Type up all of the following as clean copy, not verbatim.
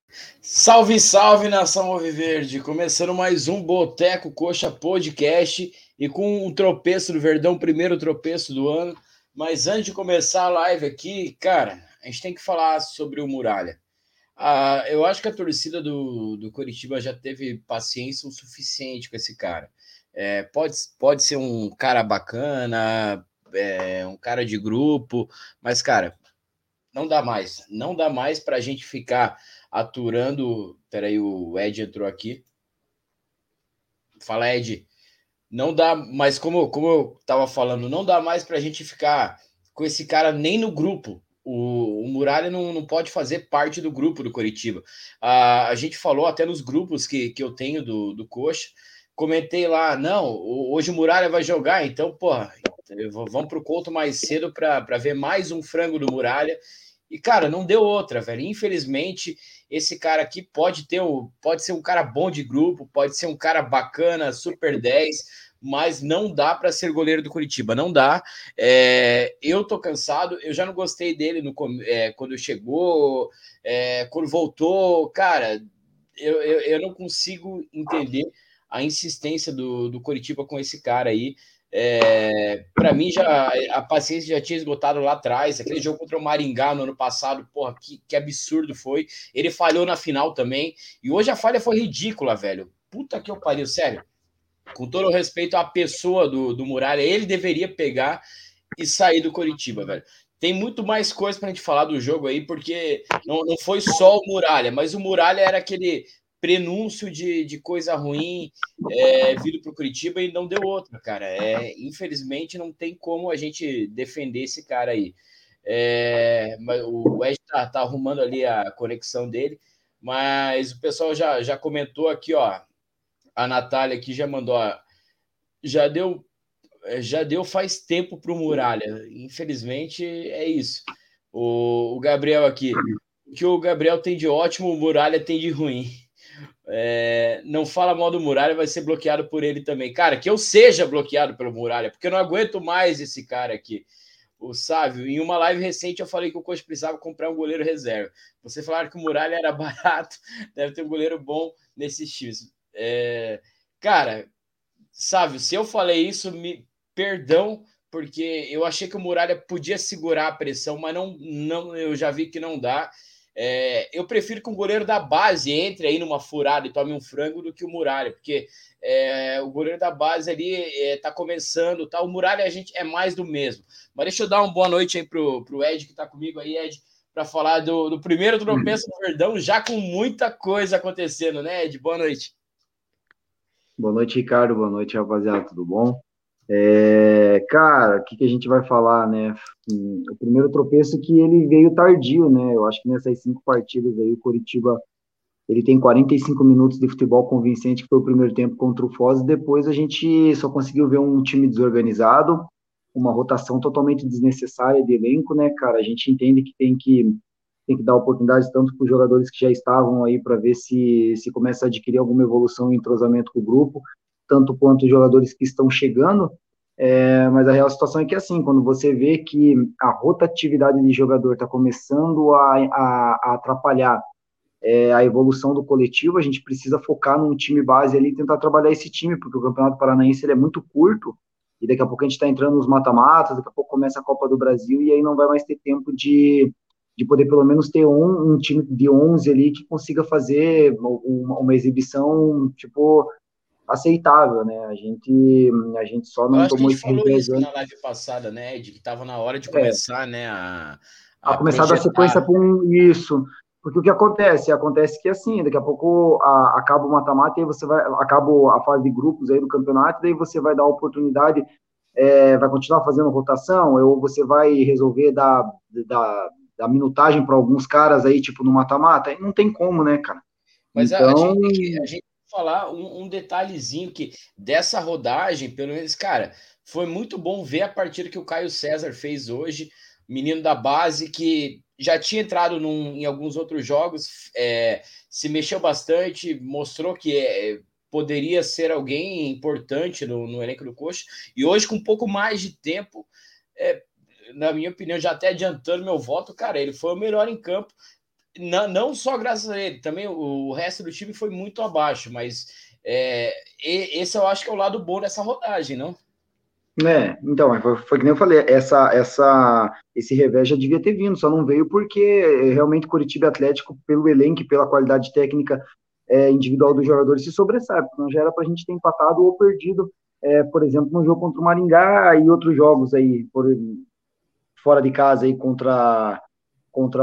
Salve, salve, nação Alviverde! Começando mais um Boteco Coxa Podcast e com um tropeço do Verdão, primeiro tropeço do ano. Mas antes de começar a live aqui, cara, a gente tem que falar sobre o Muralha. Eu acho que a torcida do Coritiba já teve paciência o suficiente com esse cara. Pode ser um cara bacana, um cara de grupo, mas, cara, não dá mais. Não dá mais para a gente ficar aturando. Peraí, o Ed entrou aqui. Fala, Ed. Não dá, mas como eu estava falando, não dá mais para a gente ficar com esse cara nem no grupo. O Muralha não pode fazer parte do grupo do Coritiba. A gente falou até nos grupos que eu tenho do Coxa. Comentei lá, não, hoje o Muralha vai jogar, então, porra, vamos para o Couto mais cedo para ver mais um frango do Muralha. E, cara, não deu outra, velho. Infelizmente, esse cara aqui pode ser um cara bom de grupo, pode ser um cara bacana, super 10, mas não dá para ser goleiro do Curitiba, não dá. Eu tô cansado, eu já não gostei dele quando chegou, quando voltou, cara, eu não consigo entender a insistência do Curitiba com esse cara aí. Para mim, já a paciência já tinha esgotado lá atrás. Aquele jogo contra o Maringá no ano passado, porra, que absurdo foi. Ele falhou na final também. E hoje a falha foi ridícula, velho. Puta que eu pariu, sério. Com todo o respeito à pessoa do Muralha, ele deveria pegar e sair do Coritiba, velho. Tem muito mais coisa pra gente falar do jogo aí, porque não foi só o Muralha, mas o Muralha era aquele prenúncio de coisa ruim vindo pro Curitiba e não deu outra, cara. Infelizmente não tem como a gente defender esse cara aí. Mas o Ed tá arrumando ali a conexão dele, mas o pessoal já comentou aqui, ó. A Natália aqui já mandou, ó, já deu já deu faz tempo para o Muralha. Infelizmente, é isso. O Gabriel aqui. O que o Gabriel tem de ótimo, o Muralha tem de ruim. Não fala mal do Muralha, vai ser bloqueado por ele também. Cara, que eu seja bloqueado pelo Muralha, porque eu não aguento mais esse cara aqui. O Sávio, em uma live recente eu falei que o Coxa precisava comprar um goleiro reserva. Você falaram que o Muralha era barato, deve ter um goleiro bom nesses times. Cara, Sávio, se eu falei isso, perdão, porque eu achei que o Muralha podia segurar a pressão, mas não, eu já vi que não dá. Eu prefiro que um goleiro da base entre aí numa furada e tome um frango do que o Muralha, porque o goleiro da base ali tá começando, tá? O Muralha a gente é mais do mesmo. Mas deixa eu dar uma boa noite aí pro Ed que tá comigo aí, Ed, para falar do primeiro tropeço do Verdão, já com muita coisa acontecendo, né, Ed? Boa noite. Boa noite, Ricardo. Boa noite, rapaziada. Tudo bom? Cara, o que a gente vai falar, né? O primeiro tropeço que ele veio tardio, né? Eu acho que nessas 5 partidas aí, o Coritiba, ele tem 45 minutos de futebol convincente, que foi o primeiro tempo contra o Foz, e depois a gente só conseguiu ver um time desorganizado, uma rotação totalmente desnecessária de elenco, né, cara? A gente entende que tem que dar oportunidades tanto para os jogadores que já estavam aí para ver se começa a adquirir alguma evolução e entrosamento com o grupo, tanto quanto os jogadores que estão chegando. Mas a real situação é que, assim, quando você vê que a rotatividade de jogador está começando a atrapalhar a evolução do coletivo, a gente precisa focar num time base ali e tentar trabalhar esse time, porque o Campeonato Paranaense ele é muito curto, e daqui a pouco a gente está entrando nos mata-matas, daqui a pouco começa a Copa do Brasil, e aí não vai mais ter tempo de poder pelo menos ter um time de 11 ali que consiga fazer uma exibição, tipo, aceitável, né? A gente só Eu não acho que a tomou gente esse falou isso revezão. na live passada, né, Ed? Que estava na hora de começar, né, A a começar da sequência projetar. com isso. Porque o que acontece? Acontece que assim, daqui a pouco acaba o mata-mata e aí você vai, acaba a fase de grupos aí do campeonato, daí você vai dar oportunidade, vai continuar fazendo rotação, ou você vai resolver dar minutagem para alguns caras aí, tipo no mata-mata, aí não tem como, né, cara? Mas a Então, gente tem que falar um detalhezinho que dessa rodagem, pelo menos, cara, foi muito bom ver a partida que o Caio César fez hoje, menino da base que já tinha entrado em alguns outros jogos, se mexeu bastante, mostrou que poderia ser alguém importante no elenco do Coxa, e hoje com um pouco mais de tempo, é, na minha opinião, já até adiantando meu voto, cara, ele foi o melhor em campo. não só graças a ele, também o resto do time foi muito abaixo, mas esse eu acho que é o lado bom dessa rodagem, não? Então, foi que nem eu falei, esse revés já devia ter vindo, só não veio porque realmente Curitiba e Atlético, pelo elenco e pela qualidade técnica individual dos jogadores, se sobressai, porque não já era para a gente ter empatado ou perdido, por exemplo, no jogo contra o Maringá e outros jogos aí, fora de casa aí contra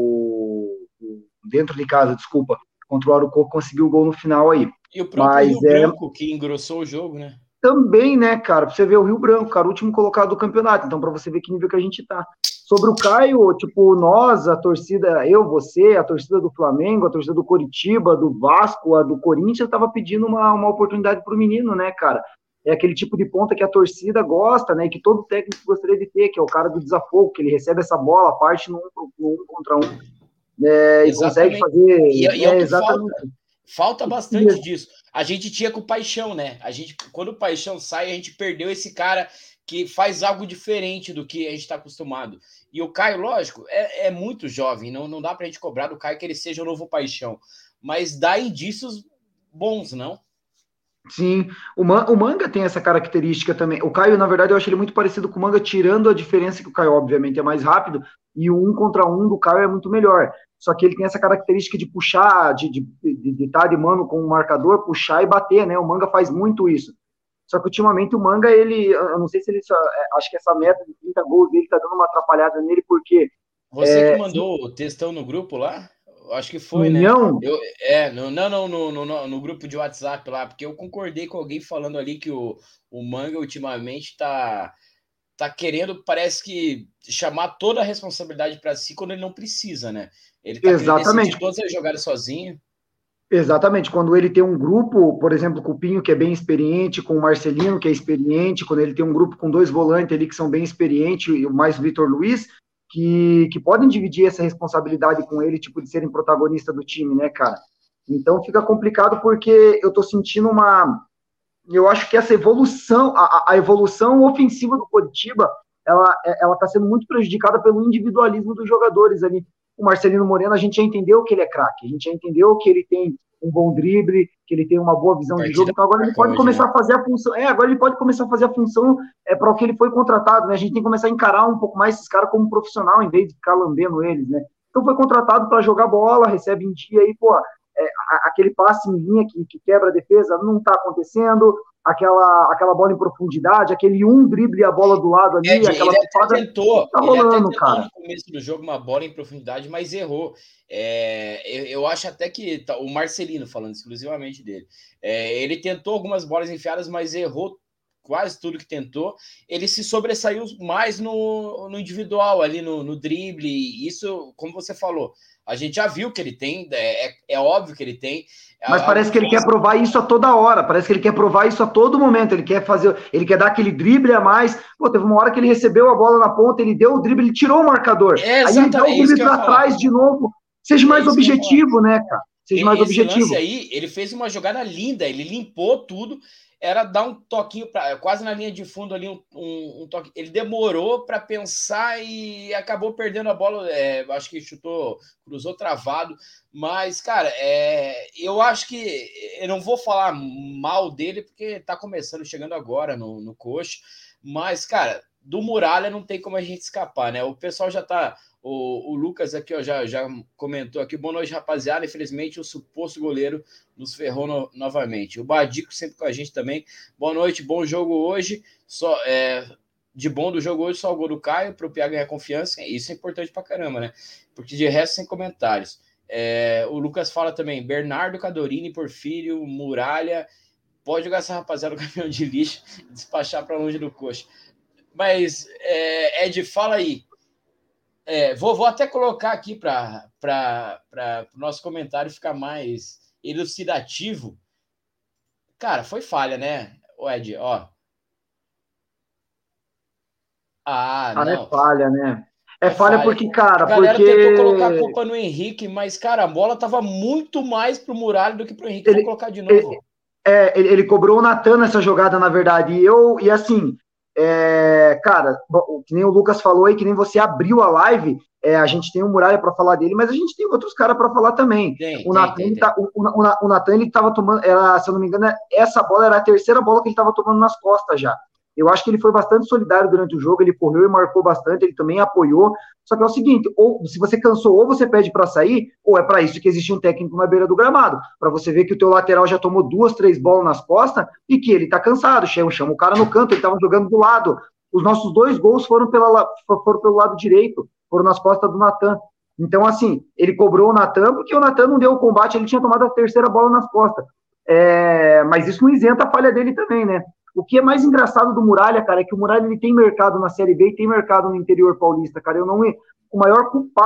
dentro de casa, desculpa, contra o Arucó, conseguiu o gol no final aí. E o próprio Mas Rio Branco, que engrossou o jogo, né? também, né, cara, pra você ver o Rio Branco, cara, o último colocado do campeonato, então pra você ver que nível que a gente tá. Sobre o Caio, tipo, nós, a torcida, eu, você, a torcida do Flamengo, a torcida do Coritiba, do Vasco, a do Corinthians, tava pedindo uma oportunidade pro menino, né, cara? É aquele tipo de ponta que a torcida gosta, né, que todo técnico gostaria de ter, que é o cara do desafogo, que ele recebe essa bola, parte no um contra um, e consegue Exatamente. fazer, E é o que exatamente. falta bastante disso. A gente tinha com o Paixão, né? Quando o Paixão sai, a gente perdeu esse cara que faz algo diferente do que a gente está acostumado. E o Caio, lógico, é muito jovem, não dá para a gente cobrar do Caio que ele seja o novo Paixão, mas dá indícios bons, não? Sim, o Manga tem essa característica também. O Caio, na verdade, eu acho ele muito parecido com o Manga, tirando a diferença que o Caio, obviamente, é mais rápido, e o um contra um do Caio é muito melhor. Só que ele tem essa característica de puxar, de estar de mano com o marcador, puxar e bater, né? O Manga faz muito isso. Só que ultimamente o Manga, eu não sei se ele só, acho que essa meta de 30 gols dele tá dando uma atrapalhada nele, porque Você que mandou o textão no grupo lá? Acho que foi, né? União. No grupo de WhatsApp lá, porque eu concordei com alguém falando ali que o Manga ultimamente tá querendo, parece que, chamar toda a responsabilidade para si quando ele não precisa, né? Ele tá querendo decidir Exatamente. todas as jogadas sozinho. Exatamente, quando ele tem um grupo, por exemplo, com o Pinho, que é bem experiente, com o Marcelino, que é experiente, quando ele tem um grupo com dois volantes ali que são bem experientes, e mais o Vitor Luiz, que podem dividir essa responsabilidade com ele, tipo, de serem protagonista do time, né, cara? Então fica complicado porque eu tô sentindo eu acho que essa evolução, a evolução ofensiva do Coritiba, ela tá sendo muito prejudicada pelo individualismo dos jogadores ali. O Marcelino Moreno, a gente já entendeu que ele é craque, a gente já entendeu que ele tem um bom drible, que ele tem uma boa visão de jogo, Partida então agora ele pode hoje, começar né? a fazer a função, agora ele pode começar a fazer a função para o que ele foi contratado, né? A gente tem que começar a encarar um pouco mais esses caras como profissional, em vez de ficar lambendo eles, né? Então foi contratado para jogar bola, recebe em dia aí, pô, aquele passe em linha que quebra a defesa não está acontecendo, aquela bola em profundidade, aquele drible a bola do lado ali, aquela pipada, não tá ele até rolando, tentou cara. no começo do jogo uma bola em profundidade, mas errou. Eu acho até que o Marcelino, falando exclusivamente dele, ele tentou algumas bolas enfiadas, mas errou quase tudo que tentou. Ele se sobressaiu mais no individual, ali no drible. Isso, como você falou, a gente já viu que ele tem, é óbvio que ele tem. Mas Algo parece que ele quer fácil. provar isso a toda hora, parece que ele quer provar isso a todo momento, ele quer dar aquele drible a mais. Pô, teve uma hora que ele recebeu a bola na ponta, ele deu o drible, ele tirou o marcador. Aí ele dá Exatamente, o é isso drible que eu ia para falar. trás de novo. Seja É mais isso que eu ia falar. objetivo, né, cara? Seja mais Esse lance objetivo. aí, ele fez uma jogada linda, ele limpou tudo, era dar um toquinho quase na linha de fundo ali, um toque. Ele demorou para pensar e acabou perdendo a bola. Acho que chutou, cruzou travado. Mas, cara, eu acho que eu não vou falar mal dele, porque tá começando, chegando agora no coxa. Mas, cara, do Muralha não tem como a gente escapar, né? O pessoal já tá. O Lucas aqui ó, já comentou aqui. Boa noite, rapaziada. Infelizmente, o suposto goleiro nos ferrou novamente. O Badico sempre com a gente também. Boa noite, bom jogo hoje. De bom do jogo hoje, só o gol do Caio para o Pia ganhar confiança. Isso é importante pra caramba, né? Porque de resto, sem comentários. O Lucas fala também: Bernardo, Cadorini, Porfírio, Muralha. Pode jogar essa rapaziada no caminhão de lixo e despachar para longe do coxa. Mas, Ed, fala aí. Vou até colocar aqui para o nosso comentário ficar mais elucidativo. Cara, foi falha, né, Ed? Ó. É Não. falha, né? É É falha falha. porque, A cara, galera tentou colocar a porque culpa no Henrique, mas, cara, a bola tava muito mais pro Muralha do que pro Henrique. Vou ele, colocar de ele, novo. ele cobrou o Natan nessa jogada, na verdade. E assim, Cara, que nem o Lucas falou aí, que nem você abriu a live, a gente tem o Muralha para falar dele, mas a gente tem outros caras para falar também. O Natan, o Natan, ele estava tomando, se eu não me engano, essa bola era a terceira bola que ele estava tomando nas costas já. Eu acho que ele foi bastante solidário durante o jogo, ele correu e marcou bastante, ele também apoiou. Só que é o seguinte, ou se você cansou, ou você pede para sair, ou é para isso que existe um técnico na beira do gramado, para você ver que o teu lateral já tomou 2, 3 bolas nas costas e que ele tá cansado, chama o cara no canto, ele tava jogando do lado. Os nossos 2 gols foram pelo lado direito, foram nas costas do Natan. Então, assim, ele cobrou o Natan porque o Natan não deu o combate, ele tinha tomado a terceira bola nas costas. Mas isso não isenta a falha dele também, né? O que é mais engraçado do Muralha, cara, é que o Muralha ele tem mercado na Série B e tem mercado no interior paulista, cara. Eu não o maior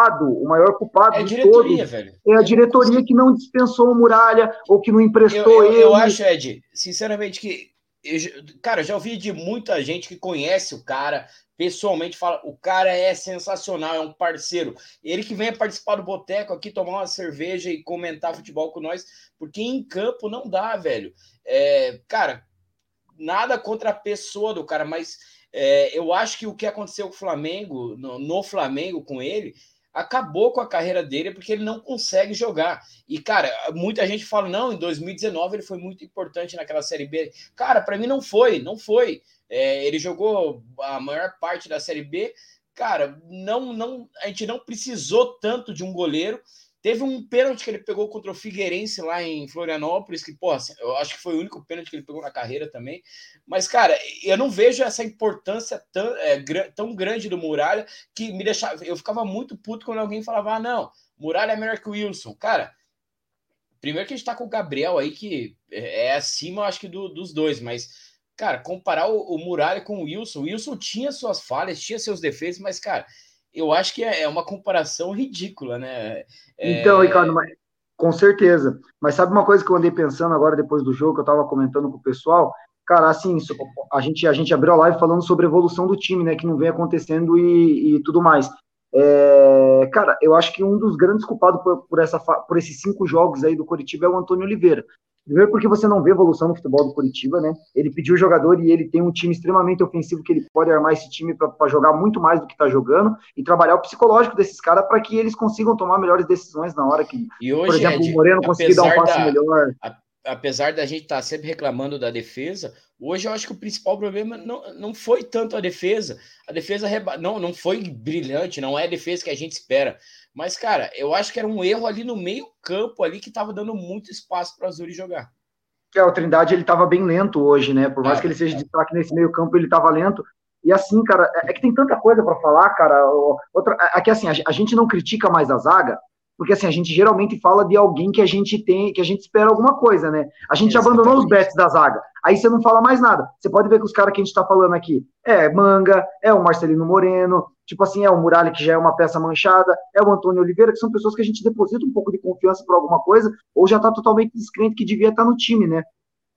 culpado de todos velho. é a diretoria que não dispensou o Muralha ou que não emprestou ele. Eu acho, Ed, sinceramente, que cara, já ouvi de muita gente que conhece o cara pessoalmente, fala, o cara é sensacional, é um parceiro. Ele que vem participar do Boteco aqui, tomar uma cerveja e comentar futebol com nós, porque em campo não dá, velho. Cara, nada contra a pessoa do cara, mas eu acho que o que aconteceu com o Flamengo, no Flamengo com ele, acabou com a carreira dele porque ele não consegue jogar. E, cara, muita gente fala, não, em 2019 ele foi muito importante naquela Série B. Cara, para mim não foi. Ele jogou a maior parte da Série B. Cara, a gente não precisou tanto de um goleiro. Teve um pênalti que ele pegou contra o Figueirense lá em Florianópolis, que, pô, eu acho que foi o único pênalti que ele pegou na carreira também. Mas, cara, eu não vejo essa importância tão grande do Muralha que me deixava. Eu ficava muito puto quando alguém falava, não, Muralha é melhor que o Wilson. Cara, primeiro que a gente tá com o Gabriel aí, que é acima, eu acho que dos dois, mas, cara, comparar o Muralha com o Wilson tinha suas falhas, tinha seus defeitos, mas, cara, eu acho que é uma comparação ridícula, né? Então, Ricardo, com certeza. Mas sabe uma coisa que eu andei pensando agora, depois do jogo, que eu estava comentando com o pessoal? Cara, assim, a gente abriu a live falando sobre a evolução do time, né, que não vem acontecendo e tudo mais. Cara, eu acho que um dos grandes culpados por esses 5 jogos aí do Coritiba é o Antônio Oliveira. Primeiro porque você não vê evolução no futebol do Coritiba, né? Ele pediu o jogador e ele tem um time extremamente ofensivo que ele pode armar esse time para jogar muito mais do que está jogando e trabalhar o psicológico desses caras para que eles consigam tomar melhores decisões na hora que, e hoje, por exemplo, Ed, o Moreno conseguir dar um passe melhor. Apesar da gente estar sempre reclamando da defesa, hoje eu acho que o principal problema não foi tanto a defesa. A defesa não foi brilhante, não é a defesa que a gente espera. Mas, cara, eu acho que era um erro ali no meio campo ali que estava dando muito espaço para o Azuri jogar. O Trindade ele estava bem lento hoje, né? Por mais que ele seja destaque nesse meio campo, ele estava lento. E assim, cara, é que tem tanta coisa para falar, cara. É que assim, a gente não critica mais a zaga, porque assim, a gente geralmente fala de alguém que a gente tem, que a gente espera alguma coisa, né? A gente abandonou os bets da zaga. Aí você não fala mais nada. Você pode ver que os caras que a gente tá falando aqui Manga, o Marcelino Moreno, tipo assim, o Muralha, que já é uma peça manchada, o Antônio Oliveira, que são pessoas que a gente deposita um pouco de confiança por alguma coisa, ou já tá totalmente descrente que devia estar no time, né?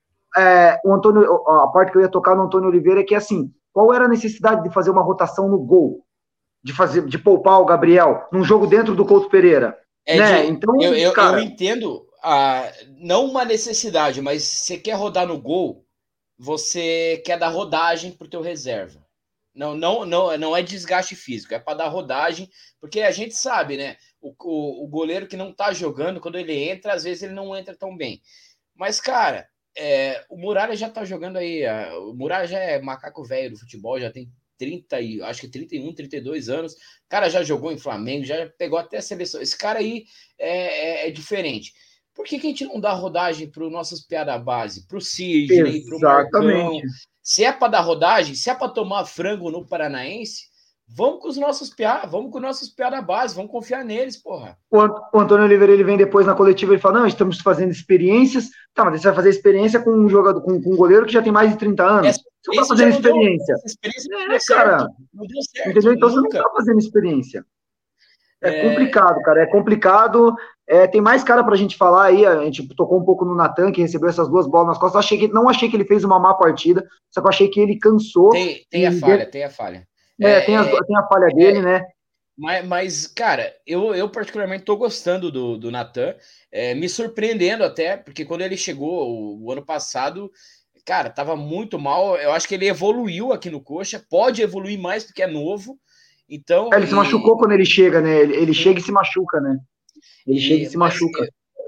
O Antônio, a parte que eu ia tocar no Antônio Oliveira é que assim, qual era a necessidade de fazer uma rotação no gol? De poupar o Gabriel num jogo dentro do Couto Pereira? Né? Então, eu entendo não uma necessidade, mas você quer rodar no gol, você quer dar rodagem pro teu reserva. Não é desgaste físico, é para dar rodagem, porque a gente sabe, né? O goleiro que não tá jogando, quando ele entra, às vezes ele não entra tão bem. Mas, cara, o Muralha já tá jogando aí. O Muralha já é macaco velho do futebol, já tem 30, acho que 31, 32 anos. O cara já jogou em Flamengo, já pegou até a seleção. Esse cara aí é diferente. Por que a gente não dá rodagem para os nossos piá da base? Para o Sidney, para o Marcão? Se é para dar rodagem, se é para tomar frango no Paranaense, vamos com os nossos piá, vamos com os nossos piá da base, vamos confiar neles, porra. O Antônio Oliveira, ele vem depois na coletiva e fala, não, estamos fazendo experiências. Tá, mas você vai fazer experiência com um jogador, com um goleiro que já tem mais de 30 anos. Você não tá fazendo experiência. Cara. Não deu certo, entendeu? Então nunca. Você não tá fazendo experiência. É complicado, cara, é complicado. Tem mais cara pra gente falar aí. A gente tocou um pouco no Natan, que recebeu essas 2 bolas nas costas. Não achei que ele fez uma má partida, só que eu achei que ele cansou. Tem a falha. Tem a falha dele, né? Mas, cara, eu particularmente tô gostando do Natan, me surpreendendo até, porque quando ele chegou o ano passado, cara, tava muito mal. Eu acho que ele evoluiu aqui no Coxa, pode evoluir mais porque é novo. Então, Ele se machucou quando ele chega, né? Ele chega e se machuca, né? Ele chega e se mas machuca.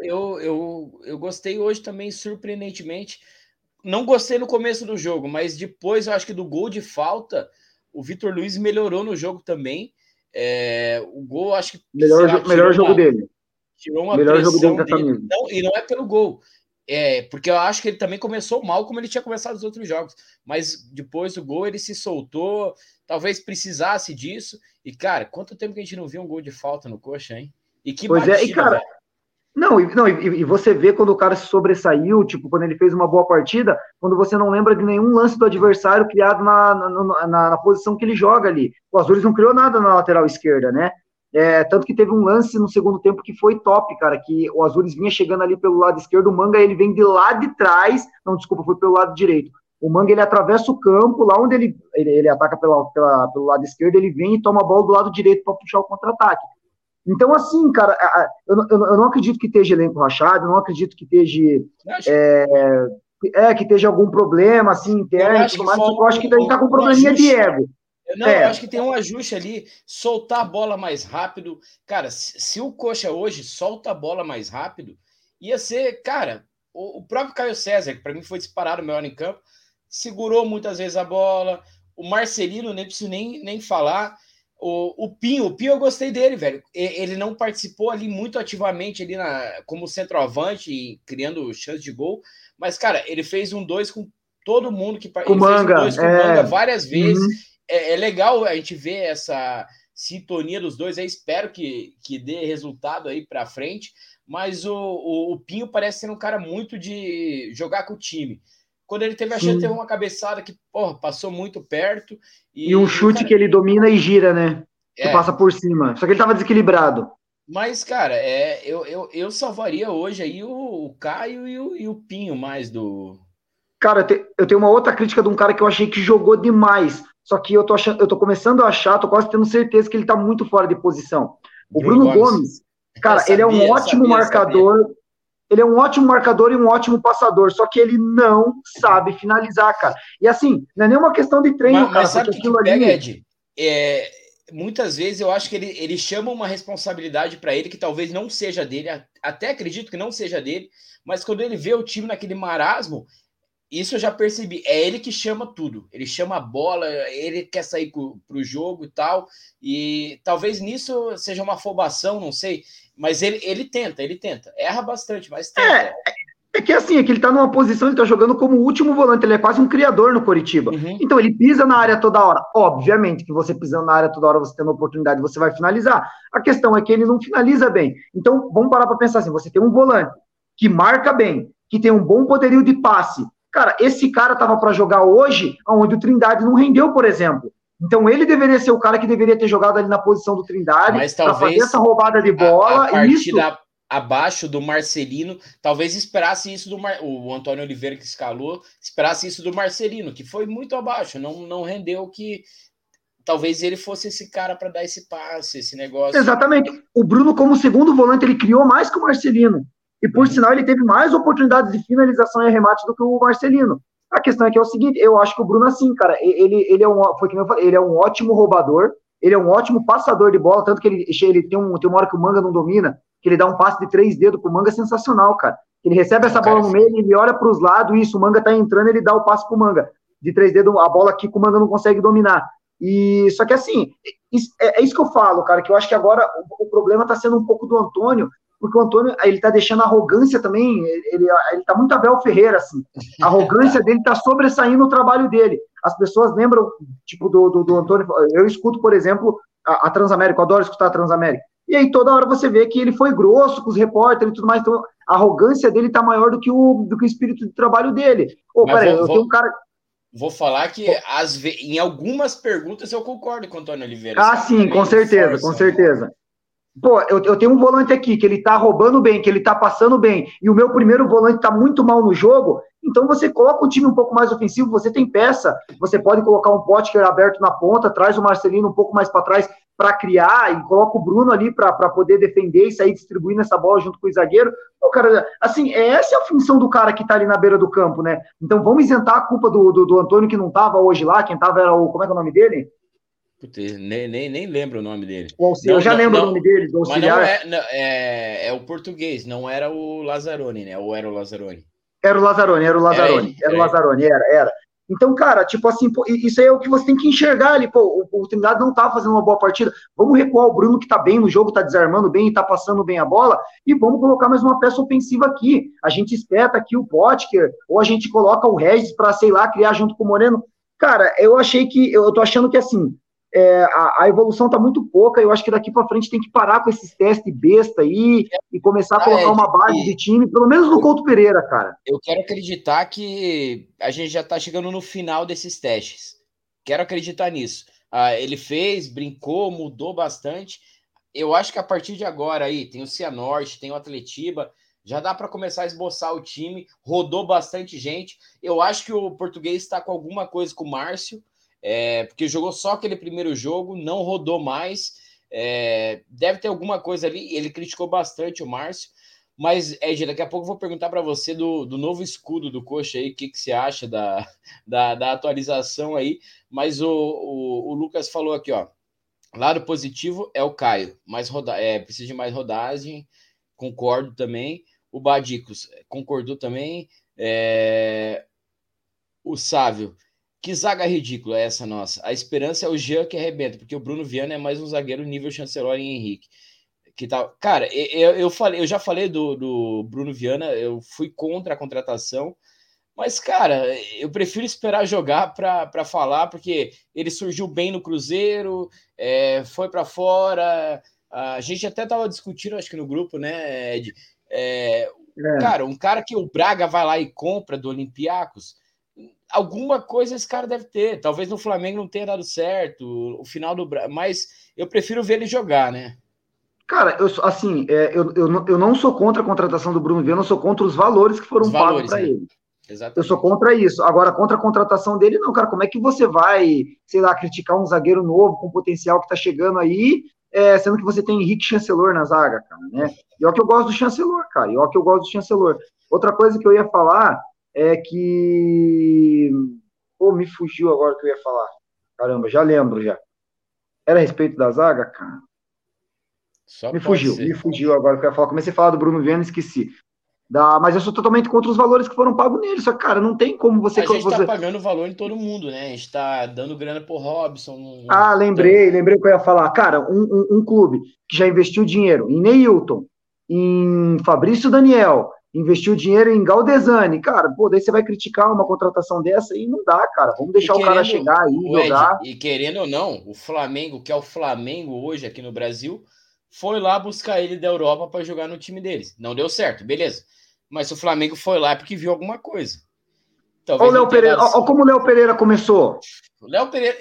eu gostei hoje também, surpreendentemente. Não gostei no começo do jogo, mas depois eu acho que do gol de falta, o Vitor Luiz melhorou no jogo também. O gol, acho que, sei lá, Melhor jogo dele. tirou uma Melhor jogo dele pressão da dele. camisa. Não, e não é pelo gol. Porque eu acho que ele também começou mal, como ele tinha começado os outros jogos. Mas depois do gol, ele se soltou. Talvez precisasse disso. E, cara, quanto tempo que a gente não viu um gol de falta no Coxa, hein? E que Pois batida, é, e cara, velho. E você vê quando o cara se sobressaiu, tipo, quando ele fez uma boa partida, quando você não lembra de nenhum lance do adversário criado na posição que ele joga ali. O Azures não criou nada na lateral esquerda, né? Tanto que teve um lance no segundo tempo que foi top, cara, que o Azures vinha chegando ali pelo lado esquerdo, o Manga ele vem de lá de trás, não, desculpa, foi pelo lado direito. O Manga ele atravessa o campo, lá onde ele ataca pelo lado esquerdo, ele vem e toma a bola do lado direito para puxar o contra-ataque. Então, assim, cara, eu não acredito que esteja elenco rachado, eu não acredito que esteja que esteja algum problema, assim, interno e tudo mais, só que eu acho que daí tá com um probleminha de ego. Não, eu acho que tem um ajuste ali, soltar a bola mais rápido. Cara, se o Coxa hoje solta a bola mais rápido, ia ser, cara, o próprio Caio César, que para mim foi disparado melhor em campo, segurou muitas vezes a bola. O Marcelino, nem preciso nem falar. O Pinho eu gostei dele, velho. Ele não participou ali muito ativamente ali como centroavante, criando chance de gol. Mas, cara, ele fez um 2 com todo mundo que com ele fez um 2 com o Manga várias vezes. Uhum. É legal a gente ver essa sintonia dos dois. Eu espero que dê resultado aí para frente. Mas o Pinho parece ser um cara muito de jogar com o time. Quando ele teve a chance, teve uma cabeçada que, porra, passou muito perto. E um chute cara, que ele domina e gira, né? Que passa por cima. Só que ele tava desequilibrado. Mas, cara, eu salvaria hoje aí o Caio e o Pinho mais do... Cara, eu tenho uma outra crítica de um cara que eu achei que jogou demais. Só que eu tô começando a achar, tô quase tendo certeza que ele tá muito fora de posição. O Bruno Gomes, cara, ele é um ótimo marcador. Ele é um ótimo marcador e um ótimo passador, só que ele não sabe finalizar, cara. E assim, não é nenhuma questão de treino, cara. Mas sabe o que pega, Ed? Muitas vezes eu acho que ele chama uma responsabilidade para ele que talvez não seja dele, até acredito que não seja dele, mas quando ele vê o time naquele marasmo, isso eu já percebi, é ele que chama tudo, ele chama a bola, ele quer sair pro jogo e tal, e talvez nisso seja uma afobação, não sei, mas ele tenta, erra bastante, mas tenta. É que assim, é que ele tá numa posição, ele tá jogando como último volante, ele é quase um criador no Coritiba. Uhum. Então ele pisa na área toda hora. Obviamente que você pisando na área toda hora, você tendo oportunidade, você vai finalizar. A questão é que ele não finaliza bem. Então, vamos parar pra pensar assim, você tem um volante que marca bem, que tem um bom poderio de passe. Cara, esse cara tava para jogar hoje, onde o Trindade não rendeu, por exemplo. Então ele deveria ser o cara que deveria ter jogado ali na posição do Trindade, para fazer essa roubada de bola. A partida abaixo do Marcelino, talvez esperasse isso o Antônio Oliveira que escalou, esperasse isso do Marcelino, que foi muito abaixo, não rendeu que talvez ele fosse esse cara para dar esse passe, esse negócio. Exatamente. O Bruno, como segundo volante, ele criou mais que o Marcelino. E, por sinal, ele teve mais oportunidades de finalização e arremate do que o Marcelino. A questão é que é o seguinte, eu acho que o Bruno, assim, cara, ele é foi que eu falei, ele é um ótimo roubador, ele é um ótimo passador de bola, tanto que ele tem uma hora que o Manga não domina, que ele dá um passe de 3 dedos pro Manga sensacional, cara. Ele recebe essa bola no meio, ele olha pros lados, isso, o Manga tá entrando, ele dá o passe pro Manga. De 3 dedos, a bola aqui que o Manga não consegue dominar. E, só que assim, é isso que eu falo, cara, que eu acho que agora o problema tá sendo um pouco do Antônio, porque o Antônio, ele tá deixando a arrogância também, ele tá muito Abel Ferreira, assim. A arrogância dele tá sobressaindo o trabalho dele. As pessoas lembram, tipo, do Antônio, eu escuto, por exemplo, a Transamérica, eu adoro escutar a Transamérica. E aí toda hora você vê que ele foi grosso com os repórteres e tudo mais, então a arrogância dele tá maior do que o espírito de trabalho dele. Peraí, eu tenho um cara... Vou falar que em algumas perguntas eu concordo com o Antônio Oliveira. Ah, sim, com certeza, com certeza. Pô, eu tenho um volante aqui que ele tá roubando bem, que ele tá passando bem, e o meu primeiro volante tá muito mal no jogo, então você coloca um time um pouco mais ofensivo, você tem peça, você pode colocar um Potker aberto na ponta, traz o Marcelino um pouco mais para trás, para criar e coloca o Bruno ali para poder defender e sair distribuindo essa bola junto com o zagueiro. Pô, cara, assim, essa é a função do cara que tá ali na beira do campo, né? Então vamos isentar a culpa do Antônio que não tava hoje lá, quem tava era o, como é que é o nome dele? Putz, nem lembro o nome dele. Eu Não, já não, lembro o não. nome dele, do Mas não auxiliar. é, é o português, não era o Lazzaroni, né? Ou era o Lazzaroni? Era o Lazzaroni, era o Era Lazzaroni, ele, era o era ele. Lazzaroni, era. Então, cara, tipo assim, pô, isso aí é o que você tem que enxergar ali, pô, o Trindade não tá fazendo uma boa partida, vamos recuar o Bruno que tá bem no jogo, tá desarmando bem e tá passando bem a bola, e vamos colocar mais uma peça ofensiva aqui, a gente espeta aqui o Potker, ou a gente coloca o Regis pra, sei lá, criar junto com o Moreno. Cara, eu tô achando que assim, a evolução tá muito pouca, eu acho que daqui para frente tem que parar com esses testes besta aí e começar a Ah, colocar Ed, uma base de time, pelo menos no Couto Pereira, cara. eu quero acreditar que a gente já está chegando no final desses testes. Quero acreditar nisso. Ah, ele fez, brincou, mudou bastante. Eu acho que a partir de agora aí tem o Cianorte, tem o Atletiba, já dá para começar a esboçar o time. Rodou bastante gente. Eu acho que o português está com alguma coisa com o Márcio, porque jogou só aquele primeiro jogo, não rodou mais. Deve ter alguma coisa ali. Ele criticou bastante o Márcio. Mas, Ed, daqui a pouco eu vou perguntar para você do novo escudo do Coxa aí, o que você acha da atualização aí. Mas o Lucas falou aqui, ó. Lado positivo é o Caio, precisa de mais rodagem, concordo também. O Badicos concordou também. O Sávio, que zaga ridícula é essa nossa? A esperança é o Jean que arrebenta, porque o Bruno Viana é mais um zagueiro nível Chancelor e Henrique que tal. Cara, eu já falei do Bruno Viana, eu fui contra a contratação, mas, cara, eu prefiro esperar jogar para falar, porque ele surgiu bem no Cruzeiro, foi para fora. A gente até tava discutindo, acho que no grupo, né, Ed? É. Cara, um cara que o Braga vai lá e compra do Olympiacos, alguma coisa esse cara deve ter. Talvez no Flamengo não tenha dado certo, o final do Braga, mas eu prefiro ver ele jogar, né? Cara, assim, eu não sou contra a contratação do Bruno Viana, eu sou contra os valores que Os foram pagos valores, para né? ele. Eu sou Exatamente. contra isso. Agora, contra a contratação dele, não, cara. Como é que você vai, sei lá, criticar um zagueiro novo com potencial que tá chegando aí, sendo que você tem Henrique Chancelor na zaga, cara, né? E ó que eu gosto do Chancelor, cara. E ó que eu gosto do Chancelor. Outra coisa que eu ia falar é que. Pô, me fugiu agora o que eu ia falar. Caramba, já lembro já. Era a respeito da zaga, cara? Só pode Me ser. fugiu agora o que eu ia falar. Comecei a falar do Bruno Viana e esqueci. Mas eu sou totalmente contra os valores que foram pagos nele. Só que, cara, não tem como A gente tá você. pagando valor em todo mundo, né? A gente tá dando grana pro Robson. Ah, Então, lembrei o que eu ia falar. Cara, um clube que já investiu dinheiro em Neilton, em Fabrício Daniel, investiu dinheiro em Galdesani, cara, pô, daí você vai criticar uma contratação dessa e não dá, cara. Vamos e deixar o cara querendo, chegar aí, o Ed, jogar. e querendo ou não, o Flamengo, que é o Flamengo hoje aqui no Brasil, foi lá buscar ele da Europa para jogar no time deles. Não deu certo, beleza. Mas o Flamengo foi lá porque viu alguma coisa. Olha o Talvez não Léo tenha Pereira, dado olha certo. como o Léo Pereira começou. O Léo Pereira,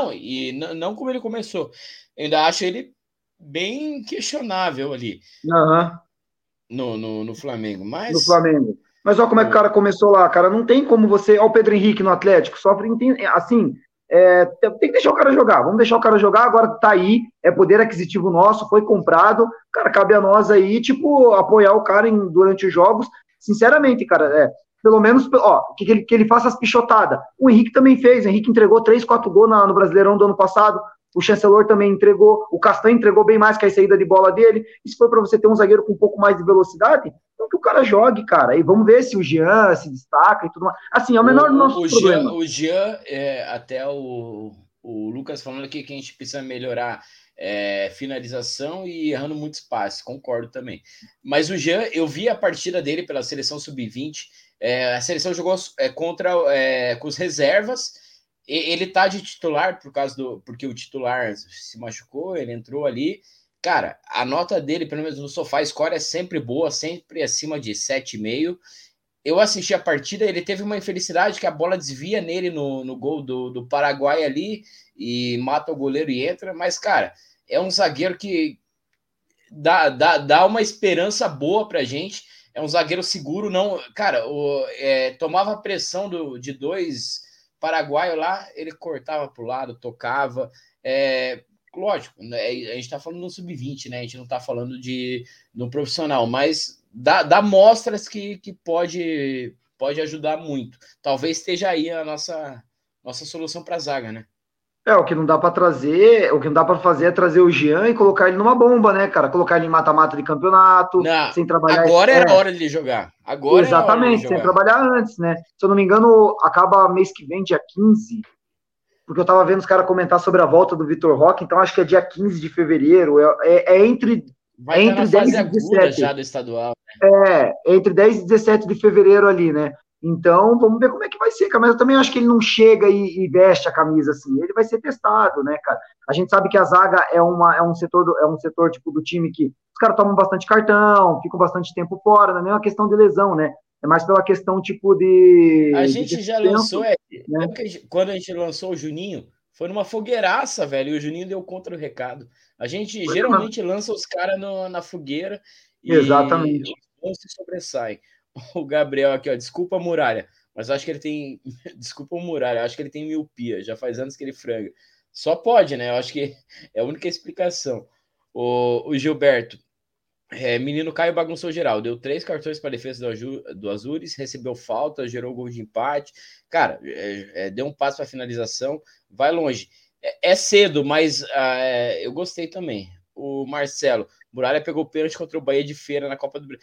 não como ele começou. Eu ainda acho ele bem questionável ali Aham. no Flamengo. No Mas Flamengo. Mas olha como é que o o, cara começou lá, cara. Não tem como você. Olha o Pedro Henrique no Atlético, sofre. Assim, tem que deixar o cara jogar. Vamos deixar o cara jogar. Agora tá aí, é poder aquisitivo nosso, foi comprado. Cara, cabe a nós aí, tipo, apoiar o cara durante os jogos. Sinceramente, cara, pelo menos, ó, que ele faça as pichotadas. O Henrique também fez. O Henrique entregou 3, 4 gols no Brasileirão do ano passado. O Chancellor também entregou. O Castanho entregou bem mais que a saída de bola dele. E se for para você ter um zagueiro com um pouco mais de velocidade, então que o cara jogue, cara. E vamos ver se o Jean se destaca e tudo mais. Assim, é o menor dos nossos problemas. O Jean até o Lucas falando aqui que a gente precisa melhorar finalização e errando muito espaço, concordo também. Mas o Jean, eu vi a partida dele pela seleção sub-20, a seleção jogou com os reservas, ele tá de titular porque o titular se machucou, ele entrou ali. Cara, a nota dele, pelo menos no SofaScore, é sempre boa, sempre acima de 7,5. Eu assisti a partida, ele teve uma infelicidade que a bola desvia nele no gol do Paraguai ali e mata o goleiro e entra, mas, cara, é um zagueiro que dá uma esperança boa pra gente, é um zagueiro seguro, não, cara, tomava pressão de dois paraguaios lá, ele cortava pro lado, tocava, lógico, né, a gente está falando no sub-20, né? A gente não está falando de no profissional, mas dá mostras que pode ajudar muito. Talvez esteja aí a nossa solução para a zaga, né? O que não dá para trazer, o que não dá para fazer é trazer o Jean e colocar ele numa bomba, né, cara? Colocar ele em mata-mata de campeonato, Não, sem trabalhar. agora era a hora de ele jogar. Agora era a hora de ele Exatamente, sem jogar. trabalhar antes, né? Se eu não me engano, acaba mês que vem, dia 15, porque eu tava vendo os caras comentar sobre a volta do Vitor Roque, então acho que é dia 15 de fevereiro, Vai é estar na entre fase 10 e aguda 17. já do estadual. É entre 10 e 17 de fevereiro ali, né? Então, vamos ver como é que vai ser, cara. Mas eu também acho que ele não chega e veste a camisa assim. Ele vai ser testado, né, cara? A gente sabe que a zaga é um setor tipo do time que os caras tomam bastante cartão, ficam bastante tempo fora, não é nem uma questão de lesão, né? É mais pela questão tipo A de gente já lançou, descanso, né? lembra que quando a gente lançou o Juninho, foi numa fogueiraça, velho, e o Juninho deu contra o recado. A gente geralmente lança os caras na fogueira e Exatamente. os bons se sobressaem. O Gabriel aqui, ó, desculpa, Muralha, mas eu acho que ele tem. Desculpa o Muralha, eu acho que ele tem miopia, já faz anos que ele franga. Só pode, né? Eu acho que é a única explicação. O Gilberto, menino Caio bagunçou geral, deu 3 cartões para a defesa do Azures, recebeu falta, gerou gol de empate. Cara, deu um passo para finalização, vai longe. É cedo, mas eu gostei também. O Marcelo, Muralha pegou pênalti contra o Bahia de Feira na Copa do Brasil.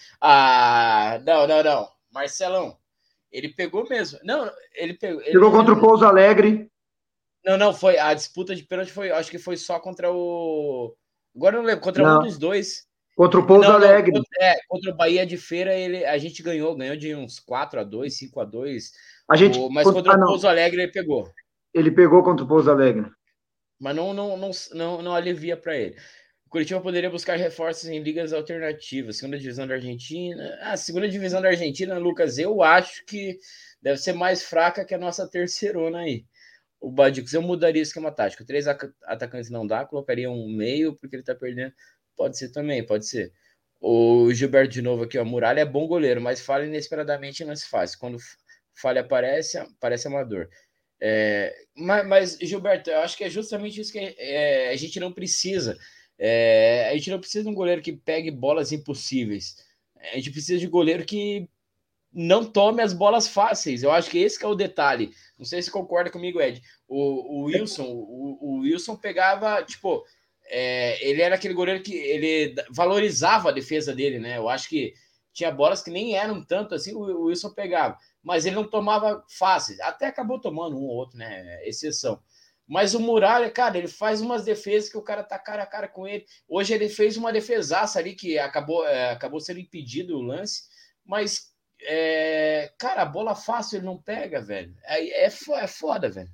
Não. Marcelão, ele pegou mesmo. Não, ele pegou. Chegou contra o Pouso Alegre. Não, foi. A disputa de pênalti foi. Acho que foi só contra o. Agora eu não lembro, contra um Não, dos dois. contra o Pouso Não, Alegre. contra o Bahia de Feira, a gente ganhou de uns 4-2, 5-2. A gente. Mas contra o Não. Pouso Alegre ele pegou. Ele pegou contra o Pouso Alegre. Mas não alivia para ele. O Curitiba poderia buscar reforços em ligas alternativas. Segunda divisão da Argentina. Segunda divisão da Argentina, Lucas, eu acho que deve ser mais fraca que a nossa terceirona aí. O Badicos, eu mudaria o esquema tático. 3 atacantes não dá, colocaria um meio, porque ele tá perdendo. Pode ser também, pode ser. O Gilberto de novo aqui, ó. Muralha é bom goleiro, mas falha inesperadamente e não se faz. Quando falha parece amador. Mas, Gilberto, eu acho que é justamente isso que a gente não precisa. A gente não precisa de um goleiro que pegue bolas impossíveis. A gente precisa de um goleiro que não tome as bolas fáceis. Eu acho que esse que é o detalhe. Não sei se concorda comigo, Ed. O Wilson pegava, tipo, ele era aquele goleiro que ele valorizava a defesa dele, né? Eu acho que tinha bolas que nem eram tanto assim, o Wilson pegava. Mas ele não tomava fácil. Até acabou tomando um ou outro, né? Exceção. Mas o Muralha, cara, ele faz umas defesas que o cara tá cara a cara com ele. Hoje ele fez uma defesaça ali que acabou sendo impedido o lance, mas cara, a bola fácil ele não pega, velho. É foda, velho.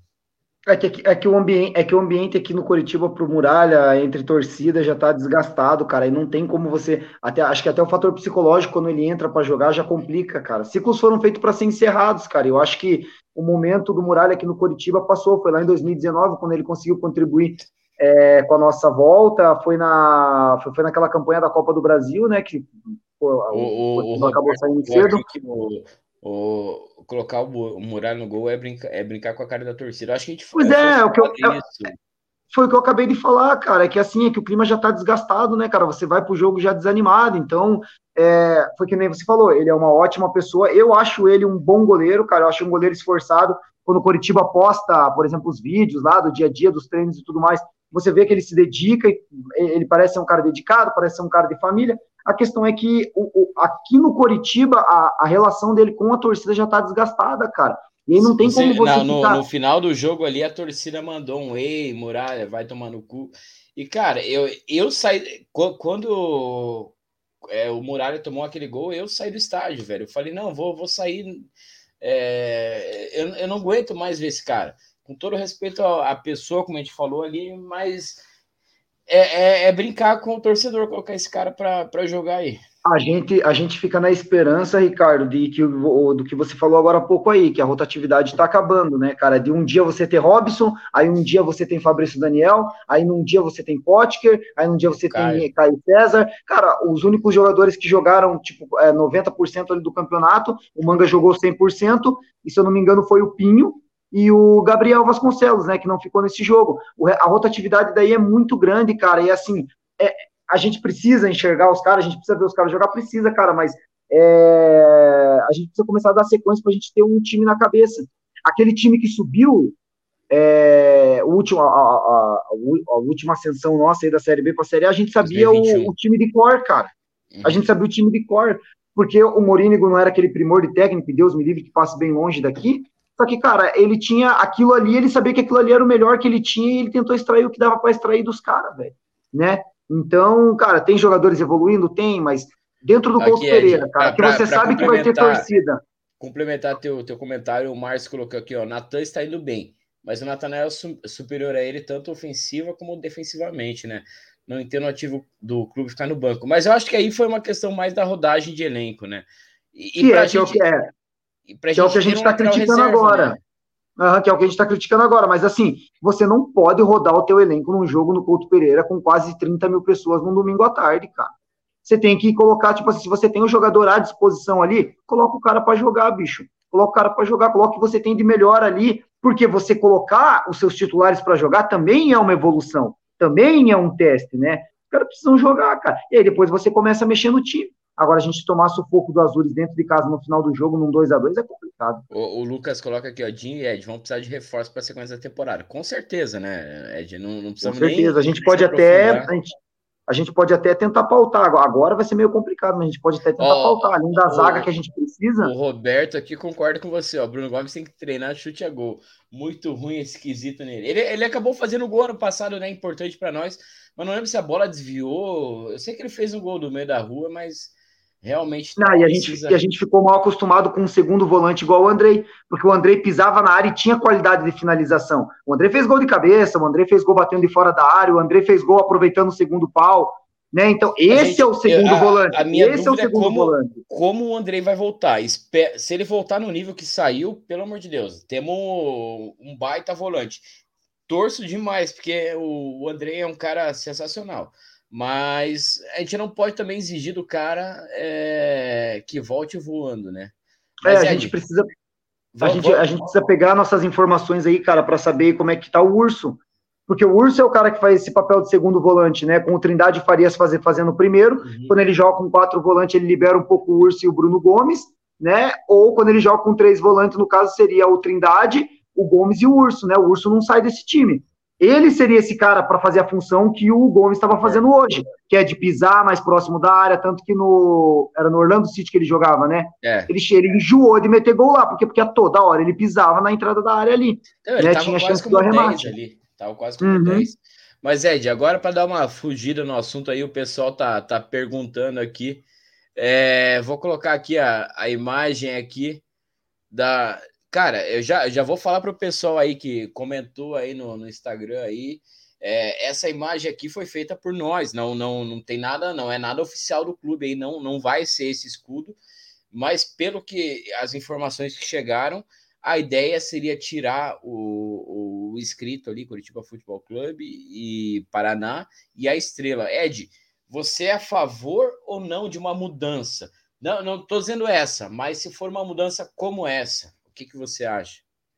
É que o ambiente aqui no Curitiba pro Muralha, entre torcida, já tá desgastado, cara. E não tem como você. Acho que até o fator psicológico, quando ele entra para jogar, já complica, cara. Ciclos foram feitos para ser encerrados, cara. Eu acho que o momento do Muralha aqui no Curitiba passou. Foi lá em 2019, quando ele conseguiu contribuir com a nossa volta. Foi naquela campanha da Copa do Brasil, né? Que o Curitiba acabou saindo cedo. Colocar o Muralha no gol é brincar com a cara da torcida. Eu acho que a gente Pois foi o que eu acabei de falar, cara, é que assim, é que o clima já tá desgastado, né, cara, você vai pro jogo já desanimado, então, foi que nem você falou, ele é uma ótima pessoa, eu acho ele um bom goleiro, cara, eu acho um goleiro esforçado, quando o Coritiba posta, por exemplo, os vídeos lá do dia a dia, dos treinos e tudo mais, você vê que ele se dedica, ele parece ser um cara dedicado, parece ser um cara de família, a questão é que aqui no Coritiba, a relação dele com a torcida já tá desgastada, cara, e aí não tem como você ficar... No final do jogo ali, a torcida mandou um ei, Muralha, vai tomar no cu. E, cara, eu saí... Quando o Muralha tomou aquele gol, eu saí do estádio, velho. Eu falei, não, vou sair... eu não aguento mais ver esse cara. Com todo respeito à pessoa, como a gente falou ali, mas brincar com o torcedor, colocar esse cara para jogar aí. A gente fica na esperança, Ricardo, do que você falou agora há pouco aí, que a rotatividade está acabando, né, cara? De um dia você ter Robson, aí um dia você tem Fabrício Daniel, aí num dia você tem Potker, aí num dia você tem Caio César. Cara, os únicos jogadores que jogaram, tipo, 90% ali do campeonato, o Manga jogou 100%, e se eu não me engano foi o Pinho, e o Gabriel Vasconcelos, né, que não ficou nesse jogo. A rotatividade daí é muito grande, cara, e assim, a gente precisa enxergar os caras, a gente precisa ver os caras jogar, precisa, cara, mas a gente precisa começar a dar sequência pra gente ter um time na cabeça. Aquele time que subiu, a última ascensão nossa aí da Série B para a Série A, a gente sabia o time de cor, cara. A gente sabia o time de cor, porque o Morínigo não era aquele primor de técnico, e Deus me livre que passe bem longe daqui, só que, cara, ele tinha aquilo ali, ele sabia que aquilo ali era o melhor que ele tinha e ele tentou extrair o que dava para extrair dos caras, velho, né? Então, cara, tem jogadores evoluindo? Tem, mas dentro do Couto Pereira, cara, que você sabe que vai ter torcida. Complementar teu comentário, o Márcio colocou aqui, ó, Natan está indo bem, mas o Natanael é superior a ele tanto ofensiva como defensivamente, né? Não entendo o ativo do clube ficar no banco. Mas eu acho que aí foi uma questão mais da rodagem de elenco, né? Que é o que a gente está criticando agora. Né? Que é o que a gente está criticando agora. Mas assim, você não pode rodar o teu elenco num jogo no Couto Pereira com quase 30 mil pessoas num domingo à tarde, cara. Você tem que colocar, tipo assim, se você tem um jogador à disposição ali, coloca o cara para jogar, bicho. Coloca o cara para jogar, coloca o que você tem de melhor ali, porque você colocar os seus titulares para jogar também é uma evolução, também é um teste, né? Os caras precisam jogar, cara. E aí depois você começa a mexer no time. Agora, a gente tomar sufoco do Azures dentro de casa no final do jogo, num 2-2, é complicado. O Lucas coloca aqui, ó, Jim e Ed, vão precisar de reforço para a sequência da temporada. Com certeza, né, Ed? Não precisamos nem... Com certeza, a gente pode até... A gente pode até tentar pautar. Agora vai ser meio complicado, mas a gente pode até tentar pautar. Além da zaga que a gente precisa. O Roberto aqui concorda com você. Ó. Bruno Gomes tem que treinar chute a gol. Muito ruim esse quesito nele. Ele acabou fazendo gol ano passado, né? Importante para nós. Mas não lembro se a bola desviou. Eu sei que ele fez um gol do meio da rua, mas realmente não, e a gente ficou mal acostumado com um segundo volante igual o Andrei, porque o Andrei pisava na área e tinha qualidade de finalização. O Andrei fez gol de cabeça, o Andrei fez gol batendo de fora da área, o Andrei fez gol aproveitando o segundo pau, né? Então, esse é o segundo volante. A minha dúvida é como o Andrei vai voltar. Se ele voltar no nível que saiu, pelo amor de Deus, temos um baita volante. Torço demais, porque o Andrei é um cara sensacional. Mas a gente não pode também exigir do cara que volte voando, né? Mas, a gente precisa a gente precisa pegar nossas informações aí, cara, para saber como é que tá o Urso. Porque o Urso é o cara que faz esse papel de segundo volante, né? Com o Trindade Farias fazendo o primeiro. Uhum. Quando ele joga com 4 volantes, ele libera um pouco o Urso e o Bruno Gomes, né? Ou quando ele joga com 3 volantes, no caso seria o Trindade, o Gomes e o Urso, né? O Urso não sai desse time. Ele seria esse cara para fazer a função que o Gomes estava fazendo hoje, que é de pisar mais próximo da área, tanto que era no Orlando City que ele jogava, né? Ele enjoou de meter gol lá, porque a toda hora ele pisava na entrada da área ali. Então, ele tinha chance do arremate. Ali. Tava quase como 10. Mas, Ed, agora para dar uma fugida no assunto aí, o pessoal tá perguntando aqui. Vou colocar aqui a imagem aqui da... Cara, eu já vou falar para o pessoal aí que comentou aí no Instagram aí. Essa imagem aqui foi feita por nós, não tem nada, não é nada oficial do clube aí, não vai ser esse escudo, mas pelo que as informações que chegaram, a ideia seria tirar o escrito ali, Curitiba Futebol Clube e Paraná, e a estrela. Ed, você é a favor ou não de uma mudança? Não estou dizendo essa, mas se for uma mudança como essa, o que você acha?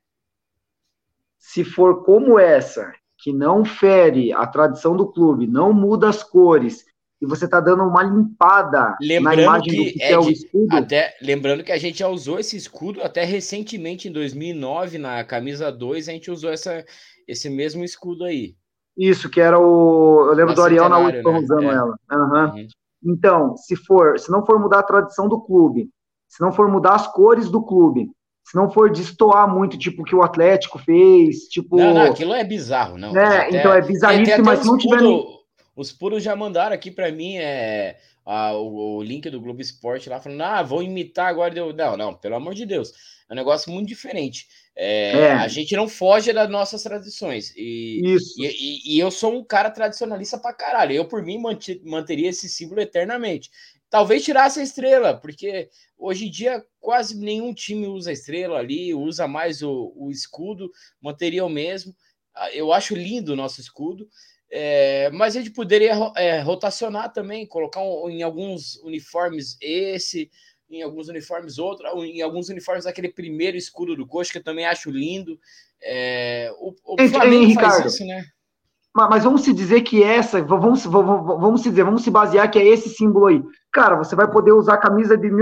Se for como essa, que não fere a tradição do clube, não muda as cores, e você está dando uma limpada na imagem do que é o escudo. Lembrando que a gente já usou esse escudo até recentemente, em 2009, na camisa 2, a gente usou esse mesmo escudo aí. Isso, que era eu lembro do Ariel na última usando ela. Uhum. Então, se não for mudar a tradição do clube, se não for mudar as cores do clube, se não for destoar muito, tipo o que o Atlético fez, tipo... Não, aquilo é bizarro, não. Então é bizarríssimo, mas se não tiver... Os puros já mandaram aqui para mim o link do Globo Esporte lá, falando, vou imitar agora. Não, pelo amor de Deus. É um negócio muito diferente. A gente não foge das nossas tradições. E eu sou um cara tradicionalista pra caralho. Eu, por mim, manteria esse símbolo eternamente. Talvez tirasse a estrela, porque hoje em dia quase nenhum time usa a estrela ali, usa mais o escudo, manteria o mesmo. Eu acho lindo o nosso escudo. Mas a gente poderia rotacionar também, colocar em alguns uniformes em alguns uniformes outro, em alguns uniformes daquele primeiro escudo do Coxa, que eu também acho lindo. O Flamengo faz Ricardo, isso, né? mas vamos se dizer que vamos se basear que é esse símbolo aí. Cara, você vai poder usar a camisa de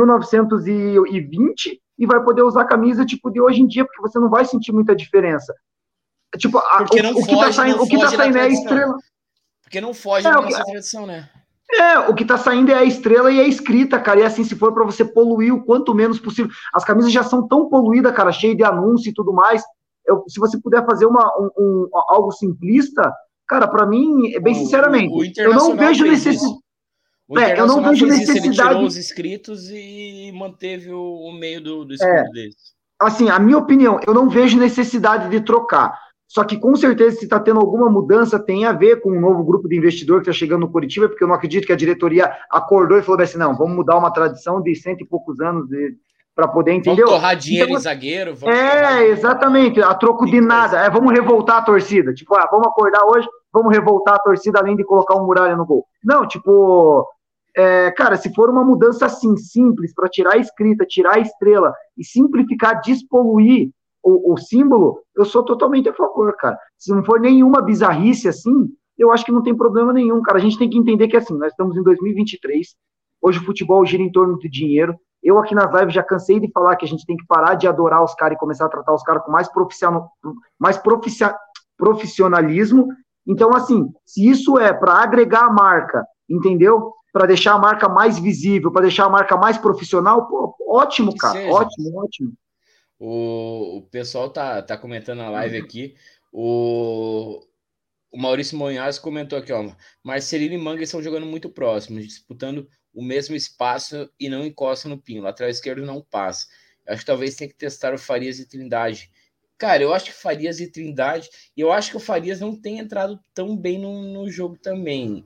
1920 e vai poder usar a camisa tipo de hoje em dia, porque você não vai sentir muita diferença. Tipo, porque não foge, o que tá saindo é a estrela. Porque não foge da nossa tradição, né? O que tá saindo é a estrela e a escrita, cara. E assim, se for para você poluir o quanto menos possível. As camisas já são tão poluídas, cara, cheio de anúncio e tudo mais. Se você puder fazer algo simplista, cara, para mim, bem sinceramente, eu não vejo necessidade. O Internacional fez isso, ele tirou os escritos e manteve o meio do escudo deles. Assim, a minha opinião, eu não vejo necessidade de trocar. Só que com certeza, se está tendo alguma mudança, tem a ver com um novo grupo de investidor que está chegando no Curitiba, porque eu não acredito que a diretoria acordou e falou assim: não, vamos mudar uma tradição de 100 e poucos anos para poder, entendeu? Vamos torrar dinheiro então, em zagueiro. Exatamente, a troco de nada. Vamos revoltar a torcida. Tipo, vamos acordar hoje, vamos revoltar a torcida além de colocar um muralha no gol. Não, tipo, cara, se for uma mudança assim, simples, para tirar a escrita, tirar a estrela e simplificar, despoluir o símbolo, eu sou totalmente a favor, cara. Se não for nenhuma bizarrice assim, eu acho que não tem problema nenhum, cara. A gente tem que entender que assim, nós estamos em 2023, hoje o futebol gira em torno de dinheiro. Eu aqui nas lives já cansei de falar que a gente tem que parar de adorar os caras e começar a tratar os caras com mais profissionalismo. Então, assim, se isso é para agregar a marca, entendeu? Para deixar a marca mais visível, para deixar a marca mais profissional, pô, ótimo, cara. Ótimo. O pessoal tá comentando na live aqui. O Maurício Monhaz comentou aqui, ó. Marcelino e Manga estão jogando muito próximos, disputando o mesmo espaço e não encostam no pino. Lateral esquerdo não passa. Eu acho que talvez tenha que testar o Farias e Trindade. Cara, eu acho que Farias e Trindade. E eu acho que o Farias não tem entrado tão bem no jogo também.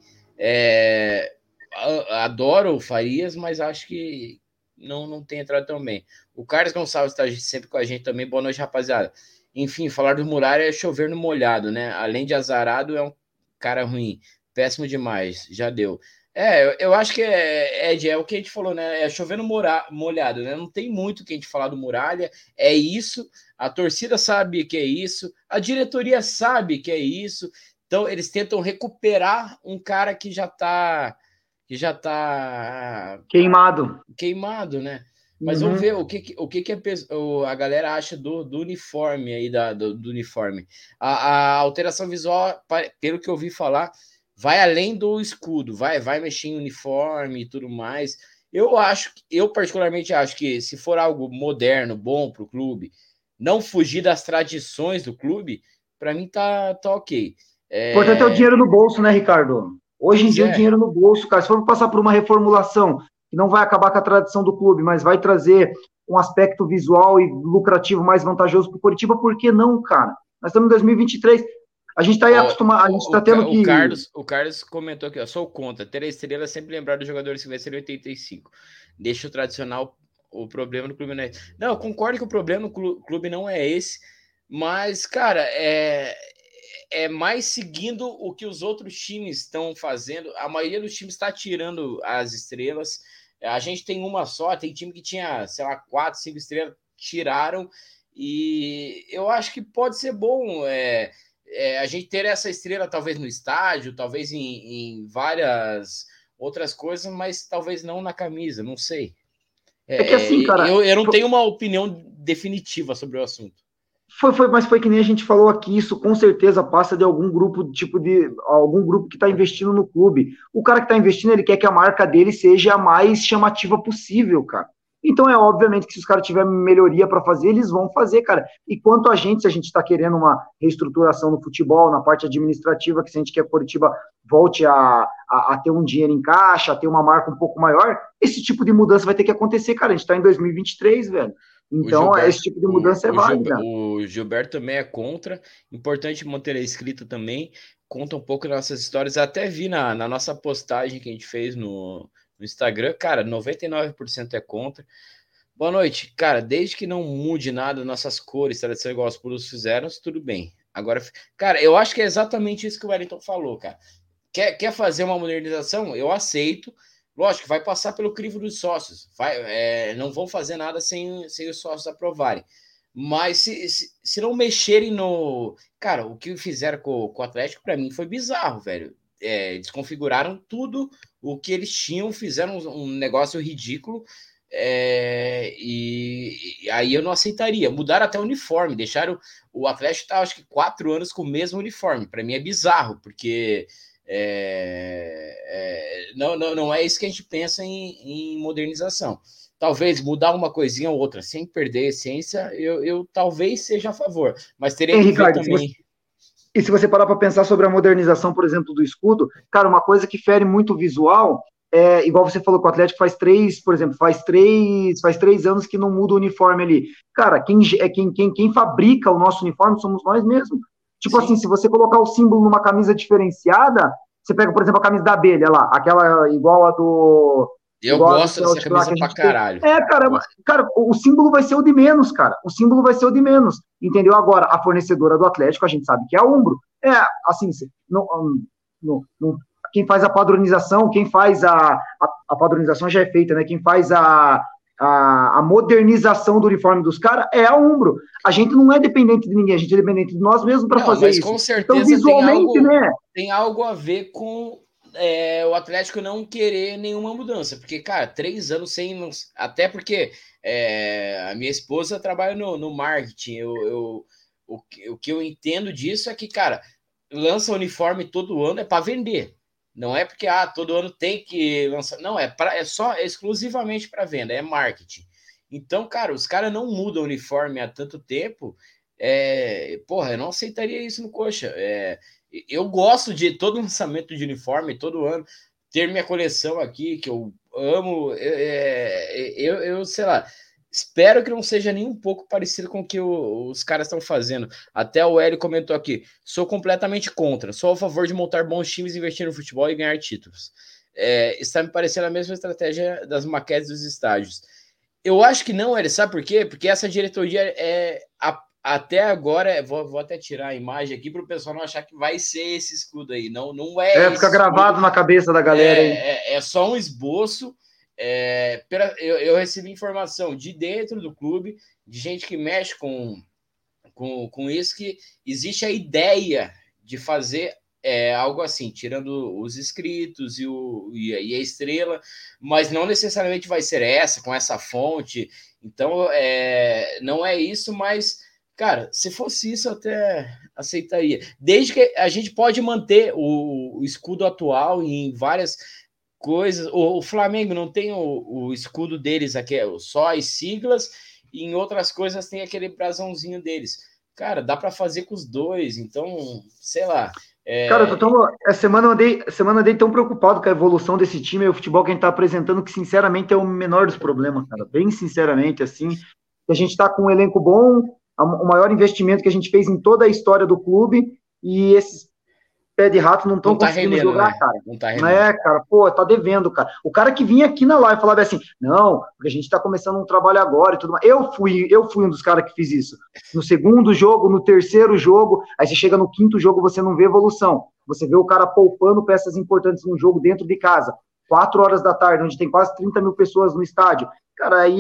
Adoro o Farias, mas acho que não tem entrado tão bem. O Carlos Gonçalves está sempre com a gente também. Boa noite, rapaziada. Enfim, falar do Muralha é chover no molhado, né? Além de azarado, é um cara ruim. Péssimo demais. Já deu. Eu acho que Ed, é o que a gente falou, né? É chover no molhado, né? Não tem muito o que a gente falar do Muralha. É isso. A torcida sabe que é isso. A diretoria sabe que é isso. Então, eles tentam recuperar um cara que já tá queimado, né? Mas vamos ver o que a galera acha do uniforme aí, do uniforme. A alteração visual, pelo que eu ouvi falar, vai além do escudo, vai mexer em uniforme e tudo mais. Eu particularmente acho que se for algo moderno, bom para o clube, não fugir das tradições do clube, para mim tá ok. O importante é o dinheiro no bolso, né, Ricardo? Hoje em dia, o dinheiro no bolso, cara. Se for passar por uma reformulação que não vai acabar com a tradição do clube, mas vai trazer um aspecto visual e lucrativo mais vantajoso para o Curitiba, por que não, cara? Nós estamos em 2023. A gente está aí acostumado, a gente está tendo que... O Carlos comentou aqui, ó, sou contra. Ter a estrela é sempre lembrar dos jogadores que venceram em 85. Deixa o tradicional, o problema do clube não é esse. Não, eu concordo que o problema no clube não é esse, mas, cara, é mais seguindo o que os outros times estão fazendo. A maioria dos times está tirando as estrelas. A gente tem uma só, tem time que tinha, sei lá, 4, 5 estrelas, tiraram. E eu acho que pode ser bom a gente ter essa estrela, talvez no estádio, talvez em várias outras coisas, mas talvez não na camisa, não sei. que assim, cara... Eu não tenho uma opinião definitiva sobre o assunto. Mas foi que nem a gente falou aqui, isso com certeza passa de algum grupo, algum grupo que está investindo no clube. O cara que está investindo, ele quer que a marca dele seja a mais chamativa possível, cara. Então é obviamente que se os caras tiverem melhoria para fazer, eles vão fazer, cara. E quanto a gente, se a gente está querendo uma reestruturação no futebol, na parte administrativa, que se a gente quer que Curitiba volte a ter um dinheiro em caixa, a ter uma marca um pouco maior, esse tipo de mudança vai ter que acontecer, cara. A gente está em 2023, velho. Então, Gilberto, esse tipo de mudança é válida. O Gilberto também é contra. Importante manter a escrita também. Conta um pouco das nossas histórias. Até vi na nossa postagem que a gente fez no Instagram. Cara, 99% é contra. Boa noite. Cara, desde que não mude nada, nossas cores, tradição igual os puros fizeram, tudo bem. Agora, cara, eu acho que é exatamente isso que o Wellington falou, cara. Quer fazer uma modernização? Eu aceito. Lógico, vai passar pelo crivo dos sócios. Não vão fazer nada sem os sócios aprovarem. Mas se não mexerem no... Cara, o que fizeram com o Atlético, para mim, foi bizarro, velho. Desconfiguraram tudo o que eles tinham, fizeram um negócio ridículo. E aí eu não aceitaria. Mudaram até o uniforme, deixaram o Atlético tá, acho que 4 anos com o mesmo uniforme. Para mim é bizarro, porque não é isso que a gente pensa em modernização. Talvez mudar uma coisinha ou outra sem perder a essência, eu talvez seja a favor, mas teria que ver Ricardo, também. E se você parar para pensar sobre a modernização, por exemplo, do escudo, cara, uma coisa que fere muito o visual é, igual você falou que o Atlético faz 3, por exemplo, faz três anos que não muda o uniforme ali. Cara, quem fabrica o nosso uniforme somos nós mesmos. Tipo assim, Sim. se você colocar o símbolo numa camisa diferenciada, você pega, por exemplo, a camisa da abelha lá, aquela igual a do. Eu Igual a do gosto dessa Celtic lá que camisa a pra gente tem. caralho. Cara, o símbolo vai ser o de menos, cara. O símbolo vai ser o de menos. Entendeu? Agora, a fornecedora do Atlético, a gente sabe que é a Umbro. Assim, quem faz a padronização, a padronização já é feita, né? Quem faz a modernização do uniforme dos caras é a Umbro. A gente não é dependente de ninguém, a gente é dependente de nós mesmos para fazer mas isso. com Então, certeza visualmente, né? tem algo a ver com o Atlético não querer nenhuma mudança. Porque, cara, 3 anos sem. Até porque a minha esposa trabalha no marketing. O que eu entendo disso é que, cara, lança uniforme todo ano é para vender. Não é porque todo ano tem que lançar. Não, é só exclusivamente para venda, é marketing. Então, cara, os caras não mudam o uniforme há tanto tempo. Porra, eu não aceitaria isso no Coxa. Eu gosto de todo lançamento de uniforme, todo ano, ter minha coleção aqui, que eu amo. Eu sei lá, espero que não seja nem um pouco parecido com o que os caras estão fazendo. Até o Hélio comentou aqui: sou completamente contra, sou a favor de montar bons times, investir no futebol e ganhar títulos. Está me parecendo a mesma estratégia das maquetes dos estádios. Eu acho que não, ele sabe por quê? Porque essa diretoria até agora, vou até tirar a imagem aqui para o pessoal não achar que vai ser esse escudo aí. Não é Fica esse gravado escudo. na cabeça da galera aí. É só um esboço. Eu recebi informação de dentro do clube, de gente que mexe com isso, que existe a ideia de fazer algo assim, tirando os inscritos e a estrela, mas não necessariamente vai ser essa, com essa fonte. Então, não é isso, mas, cara, se fosse isso, eu até aceitaria. Desde que a gente pode manter o escudo atual em várias coisas. O Flamengo não tem o escudo deles aqui, só as siglas, e em outras coisas tem aquele brasãozinho deles. Cara, dá para fazer com os dois, então, sei lá. Cara, essa semana eu andei tão preocupado com a evolução desse time e o futebol que a gente está apresentando, que sinceramente é o menor dos problemas, cara. Bem sinceramente, assim. A gente está com um elenco bom, o maior investimento que a gente fez em toda a história do clube, e esses pé de rato não estão Não tá conseguindo rendendo, jogar, né? cara. Não tá Não rendendo. é, cara, pô, tá devendo, cara. O cara que vinha aqui na live falava assim, não, porque a gente tá começando um trabalho agora e tudo mais. Eu fui um dos caras que fiz isso. No segundo jogo, no terceiro jogo, aí você chega no quinto jogo, você não vê evolução. Você vê o cara poupando peças importantes no jogo dentro de casa. 4 horas da tarde, onde tem quase 30 mil pessoas no estádio. Cara, aí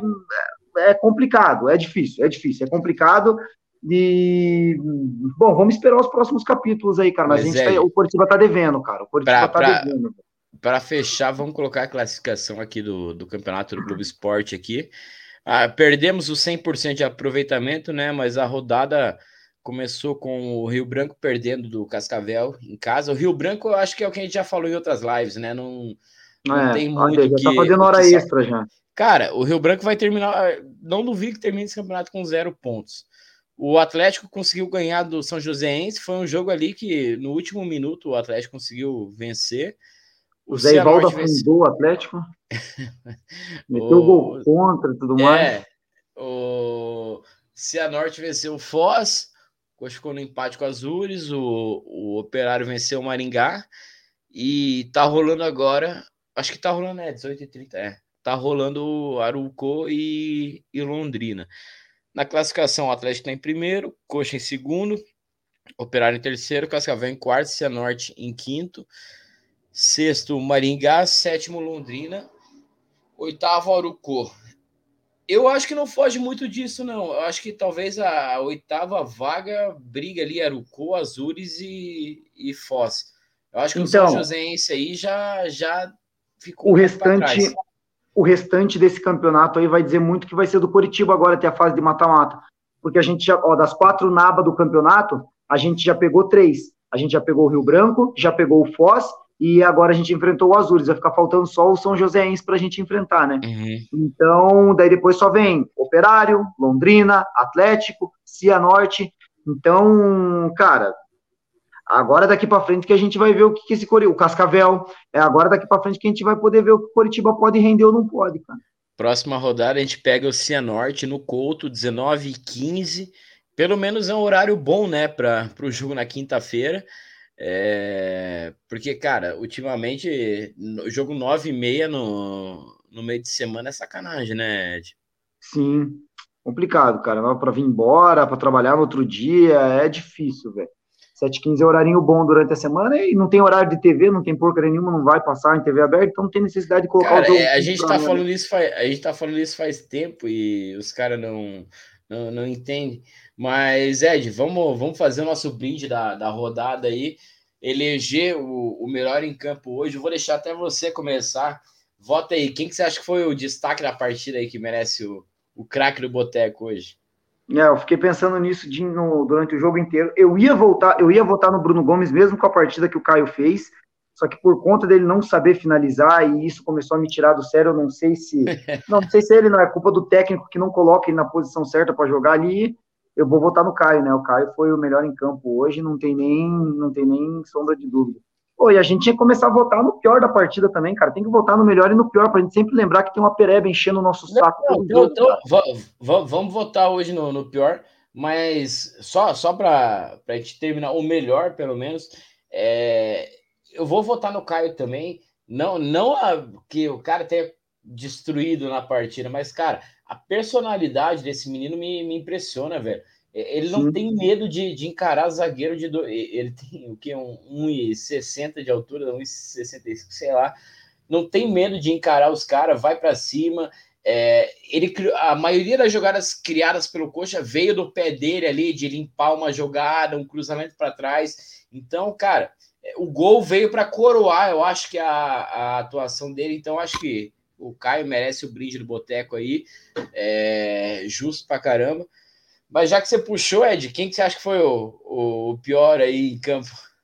é complicado, é complicado. E, bom, vamos esperar os próximos capítulos aí, cara. Mas Mas, o Coritiba tá devendo, cara. O Coritiba tá devendo. para fechar, vamos colocar a classificação aqui do campeonato do Clube Esporte aqui. Perdemos o 100% de aproveitamento, né? Mas a rodada começou com o Rio Branco perdendo do Cascavel em casa. O Rio Branco, eu acho que é o que a gente já falou em outras lives, né? Não tem Olha, muito já tá fazendo o que hora extra já. Cara, o Rio Branco vai terminar. Não duvido que termine esse campeonato com 0 pontos. O Atlético conseguiu ganhar do São Joséense. Foi um jogo ali que no último minuto o Atlético conseguiu vencer. O O Zé Ivaldo Cianorte venceu. afundou o Atlético, meteu o gol O, contra e tudo mais. é, o Cianorte venceu o Foz. Ficou no empate com o Azures. O Operário venceu o Maringá. E tá rolando agora. Acho que tá rolando, 18h30. Tá rolando o Arucó e Londrina. Na classificação, o Atlético está em primeiro, Coxa em segundo, Operário em terceiro, Cascavel em quarto, Cianorte em quinto. sexto Maringá, sétimo Londrina, oitavo Arucó. Eu acho que não foge muito disso, não. Eu acho que talvez a oitava vaga briga ali Arucó, Azures e Foz. Eu acho que o São Então, Joséense aí já ficou o um pouco para trás. restante, o restante desse campeonato aí vai dizer muito que vai ser do Coritiba agora até a fase de mata-mata. Porque a gente já, ó, das 4 nabas do campeonato, a gente já pegou 3. A gente já pegou o Rio Branco, já pegou o Foz e agora a gente enfrentou o Azures. Vai ficar faltando só o São Joséense para a gente enfrentar, né? Uhum. Então, daí depois só vem Operário, Londrina, Atlético, Cianorte. Então, cara, agora daqui para frente que a gente vai ver o que esse Coritiba, o Cascavel, é agora daqui para frente que a gente vai poder ver o que o Coritiba pode render ou não pode, cara. Próxima rodada a gente pega o Cianorte no Couto, 19h15. Pelo menos é um horário bom, né, para o jogo na quinta-feira. Porque, cara, ultimamente, o jogo 9h30 no meio de semana é sacanagem, né, Ed? Sim, complicado, cara. Para vir embora, para trabalhar no outro dia, é difícil, velho. 7h15 é horarinho bom durante a semana e não tem horário de TV, não tem porcaria nenhuma, não vai passar em TV aberta, então não tem necessidade de colocar o Cara, jogo a tudo gente pra tá meia. falando isso a gente tá falando isso faz tempo e os caras não entendem. Mas, Ed, vamos fazer o nosso brinde da rodada aí. Eleger o melhor em campo hoje. Eu vou deixar até você começar. Vota aí. Quem que você acha que foi o destaque da partida aí que merece o craque do Boteco hoje? Eu fiquei pensando nisso durante o jogo inteiro. Eu ia votar no Bruno Gomes mesmo com a partida que o Caio fez, só que por conta dele não saber finalizar e isso começou a me tirar do sério, eu não sei se ele não é culpa do técnico que não coloca ele na posição certa para jogar ali. Eu vou votar no Caio, né? O Caio foi o melhor em campo hoje, não tem nem sombra de dúvida. Pô, e a gente tinha que começar a votar no pior da partida também, cara. Tem que votar no melhor e no pior, pra gente sempre lembrar que tem uma pereba enchendo o nosso Não, saco não, todo jogo, cara. vamos votar hoje no pior, mas só para a gente terminar, o melhor, pelo menos, é, eu vou votar no Caio também. Não que o cara tenha destruído na partida, mas, cara, a personalidade desse menino me impressiona, velho. Ele não Sim. tem medo de encarar zagueiro Ele tem o quê? 1,60 de altura, 1,65, sei lá, não tem medo de encarar os caras, vai para cima. A maioria das jogadas criadas pelo Coxa veio do pé dele ali, de limpar uma jogada, um cruzamento para trás. Então, cara, o gol veio para coroar, eu acho que a atuação dele. Então, acho que o Caio merece o brinde do Boteco aí, justo pra caramba. Mas já que você puxou, Ed, quem que você acha que foi o pior aí em campo?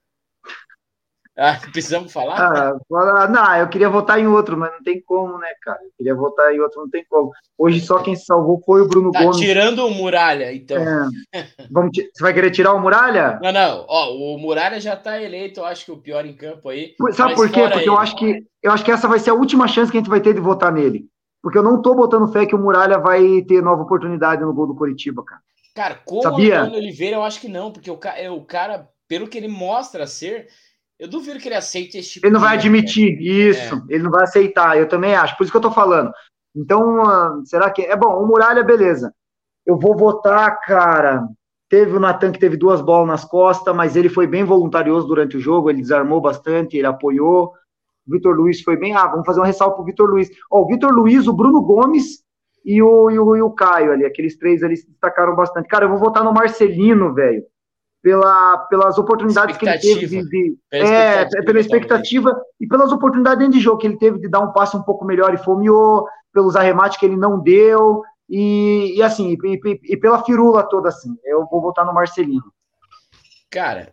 Ah, precisamos falar? Não, eu queria votar em outro, mas não tem como, né, cara? Eu queria votar em outro, não tem como. Hoje só quem se salvou foi o Bruno Tá Gomes. tirando o Muralha, É, então. você vai querer tirar o Muralha? Não. Ó, o Muralha já tá eleito, eu acho que o pior em campo aí, Sabe mas por quê? fora Porque ele. eu acho que essa vai ser a última chance que a gente vai ter de votar nele. Porque eu não tô botando fé que o Muralha vai ter nova oportunidade no gol do Coritiba, cara. Cara, com o Sabia? Antônio Oliveira, eu acho que não, porque o cara, pelo que ele mostra ser, eu duvido que ele aceite esse Ele tipo não vai de erro, velho. admitir isso, ele não vai aceitar, eu também acho. Por isso que eu tô falando. Então, será que. É bom, o Muralha, beleza. Eu vou votar, cara. Teve o Natan que teve 2 bolas nas costas, mas ele foi bem voluntarioso durante o jogo, ele desarmou bastante, ele apoiou. O Vitor Luiz foi bem. Vamos fazer um ressalto pro Vitor Luiz. O Vitor Luiz, o Bruno Gomes e o Caio ali, aqueles 3 ali se destacaram bastante. Cara, eu vou votar no Marcelino, velho, pelas oportunidades que ele teve Expectativa. Pela pela expectativa, talvez. expectativa e pelas oportunidades dentro de jogo que ele teve de dar um passe um pouco melhor e fomeou, pelos arremates que ele não deu, e assim, e pela firula toda, assim. Eu vou votar no Marcelino. Cara,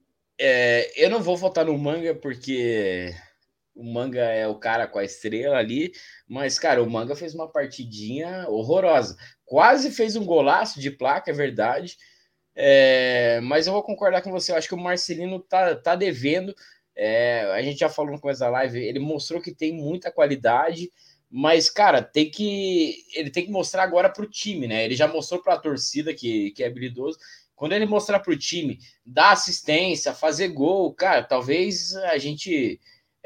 eu não vou votar no Manga, porque o Manga é o cara com a estrela ali, mas, cara, o Manga fez uma partidinha horrorosa. Quase fez um golaço de placa, é verdade. Mas eu vou concordar com você. Eu acho que o Marcelino tá devendo. A gente já falou no começo da live, ele mostrou que tem muita qualidade, mas, cara, ele tem que mostrar agora para o time, né? Ele já mostrou para a torcida que é habilidoso. Quando ele mostrar para o time, dar assistência, fazer gol, cara, talvez a gente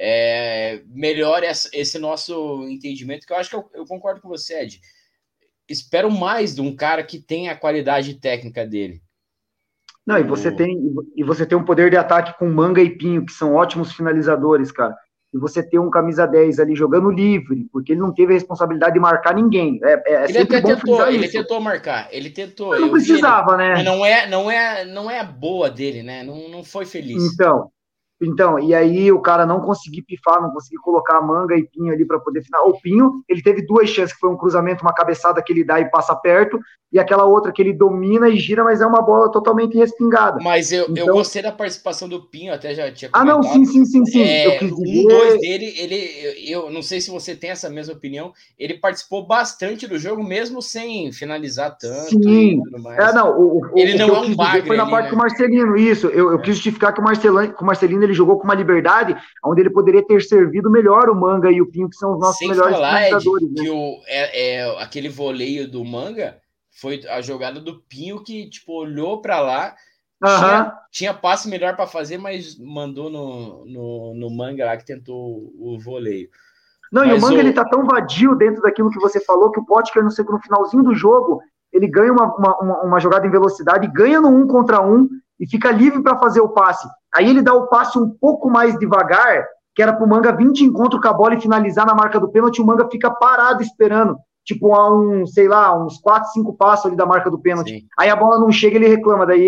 melhore esse nosso entendimento, que eu acho que eu concordo com você, Ed. Espero mais de um cara que tenha a qualidade técnica dele. Não, e você tem um poder de ataque com Manga e Pinho, que são ótimos finalizadores, cara. E você ter um camisa 10 ali jogando livre, porque ele não teve a responsabilidade de marcar ninguém. É Ele sempre até bom tentou, frisar ele isso. tentou marcar, ele tentou, Mas não eu vi ele, precisava, mas né? não é a boa dele, né? Não foi feliz. Então, e aí o cara não conseguiu pifar, não conseguiu colocar a Manga e Pinho ali para poder final. O Pinho, ele teve duas chances, que foi um cruzamento, uma cabeçada que ele dá e passa perto, e aquela outra que ele domina e gira, mas é uma bola totalmente respingada. Mas eu Então, gostei da participação do Pinho, até já tinha não, sim, comentado. sim, sim, sim. Eu quis Dois dizer, dele, eu não sei se você tem essa mesma opinião, ele participou bastante do jogo, mesmo sem finalizar tanto e sim. tudo mais. Não, Ele o que não eu é um quis dizer foi bagre na ali, parte do né? Marcelino, isso. Eu quis justificar que o Marcelino ele jogou com uma liberdade onde ele poderia ter servido melhor o Manga e o Pinho, que são os nossos Sem melhores falar, Ed, finalizadores, né? que aquele voleio do Manga foi a jogada do Pinho que, tipo, olhou para lá, tinha, Aham. tinha passe melhor para fazer, mas mandou no Manga lá que tentou o voleio. Não, e o Mas Manga ele o. tá tão vadio dentro daquilo que você falou que o Potker no finalzinho do jogo ele ganha uma jogada em velocidade, ganha no 1 contra 1 e fica livre para fazer o passe. Aí ele dá o passe um pouco mais devagar, que era pro Manga vir de encontro com a bola e finalizar na marca do pênalti, o Manga fica parado esperando, tipo sei lá, uns 4, 5 passos ali da marca do pênalti. Sim. Aí a bola não chega, ele reclama, daí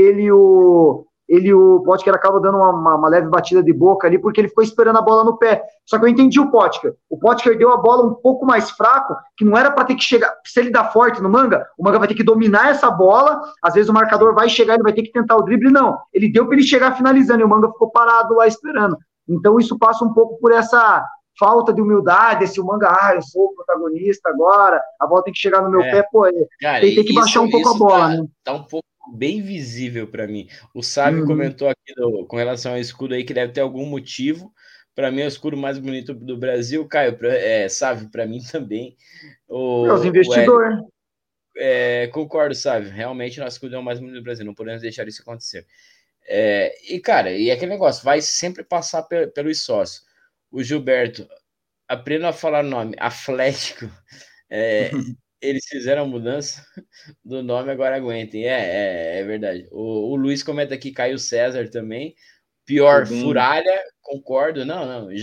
o Potker acaba dando uma leve batida de boca ali, porque ele ficou esperando a bola no pé. Só que eu entendi o Potker. O Potker deu a bola um pouco mais fraco, que não era para ter que chegar. Se ele dá forte no Manga, o Manga vai ter que dominar essa bola. Às vezes o marcador vai chegar, ele vai ter que tentar o drible. Não, ele deu para ele chegar finalizando e o Manga ficou parado lá esperando. Então isso passa um pouco por essa falta de humildade, esse Manga, eu sou o protagonista agora, a bola tem que chegar no meu pé, pô, Cara, tem que baixar um pouco a isso bola, né? tá um pouco bem visível para mim. O Sávio Uhum. comentou aqui com relação ao escudo aí que deve ter algum motivo. Para mim é o escudo mais bonito do Brasil. Caio, Sávio, para mim também. Os O Hélio, investidores. concordo, Sávio. Realmente nosso escudo é o mais bonito do Brasil. Não podemos deixar isso acontecer. E, cara, e aquele negócio, vai sempre passar pelos sócios. O Gilberto, aprenda a falar o nome, Atlético. É, eles fizeram a mudança do nome, agora aguentem. É verdade. O Luiz comenta aqui, Caio César também. Pior, Também. Furalha, concordo. Não,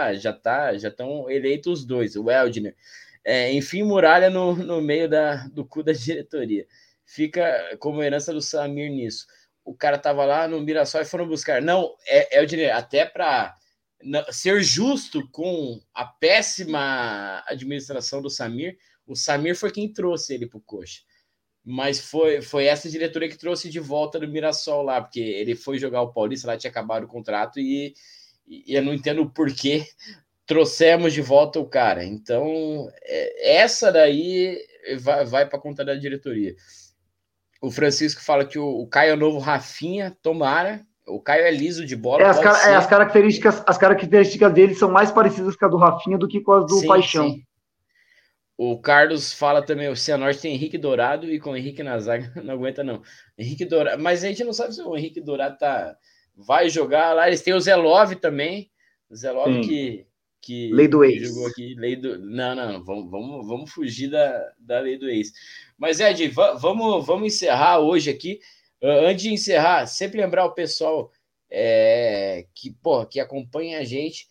já estão eleitos os dois, o Eldner. Enfim, Muralha no meio do cu da diretoria. Fica como herança do Samir nisso. O cara tava lá no Mirassol e foram buscar. Não, Eldner, até para ser justo com a péssima administração do Samir, o Samir foi quem trouxe ele para o Coxa. Mas foi essa diretoria que trouxe de volta do Mirassol lá, porque ele foi jogar o Paulista, lá tinha acabado o contrato e eu não entendo o porquê trouxemos de volta o cara. Então, essa daí vai para conta da diretoria. O Francisco fala que o Caio é o novo Rafinha, tomara. O Caio é liso de bola, pode As ser. características dele são mais parecidas com a do Rafinha do que com as do Sim, Paixão. sim. O Carlos fala também, o Cianorte tem Henrique Dourado e com o Henrique na zaga não aguenta não. Henrique Dourado, mas a gente não sabe se o Henrique Dourado vai jogar lá. Eles têm o Zé Love também, o Zé Love Tem. que, Lei que, do que ex. jogou aqui. Não, vamos fugir da lei do ex. Mas, Ed, vamos encerrar hoje aqui. Antes de encerrar, sempre lembrar o pessoal que acompanha a gente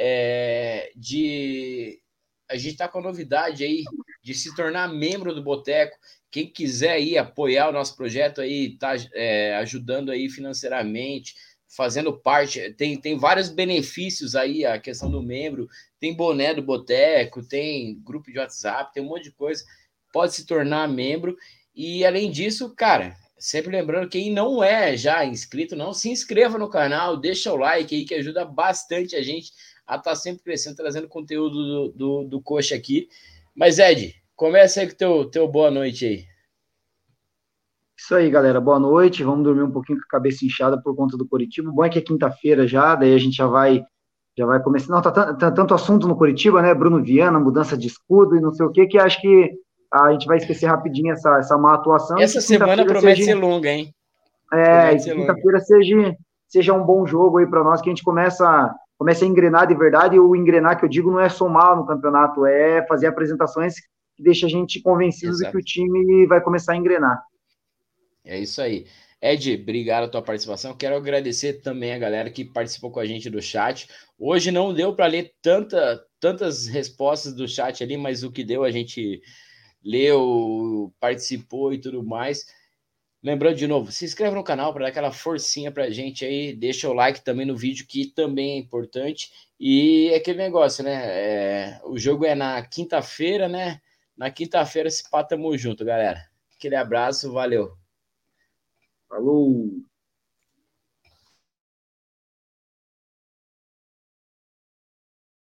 a gente está com a novidade aí de se tornar membro do Boteco. Quem quiser aí apoiar o nosso projeto aí, tá ajudando aí financeiramente, fazendo parte, tem vários benefícios aí, a questão do membro, tem boné do Boteco, tem grupo de WhatsApp, tem um monte de coisa, pode se tornar membro, e além disso, cara, sempre lembrando, quem não é já inscrito, não, se inscreva no canal, deixa o like aí, que ajuda bastante a gente a estar sempre crescendo, trazendo conteúdo do Coxa aqui. Mas, Ed, começa aí com teu boa noite aí. Isso aí, galera. Boa noite. Vamos dormir um pouquinho com a cabeça inchada por conta do Coritiba. O bom é que é quinta-feira já, daí a gente já vai começar. Não, tá tanto assunto no Coritiba, né? Bruno Viana, mudança de escudo e não sei o que acho que a gente vai esquecer rapidinho essa má atuação e Essa que semana quinta-feira promete seja. ser longa, hein? É, Promete e que ser longa. quinta-feira seja um bom jogo aí para nós, que a gente começa a engrenar de verdade. E o engrenar que eu digo não é somar no campeonato, é fazer apresentações que deixa a gente convencido de que Exato. o time vai começar a engrenar. É isso aí. Ed, obrigado a tua participação. Quero agradecer também a galera que participou com a gente do chat. Hoje não deu para ler tantas respostas do chat ali, mas o que deu a gente leu, participou e tudo mais. Lembrando de novo, se inscreve no canal para dar aquela forcinha pra gente aí, deixa o like também no vídeo, que também é importante. E é aquele negócio, né? O jogo é na quinta-feira, né? Na quinta-feira, se pá, tamo junto, galera. Aquele abraço, valeu. Falou!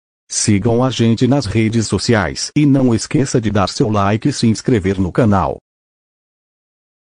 Sigam a gente nas redes sociais e não esqueça de dar seu like e se inscrever no canal.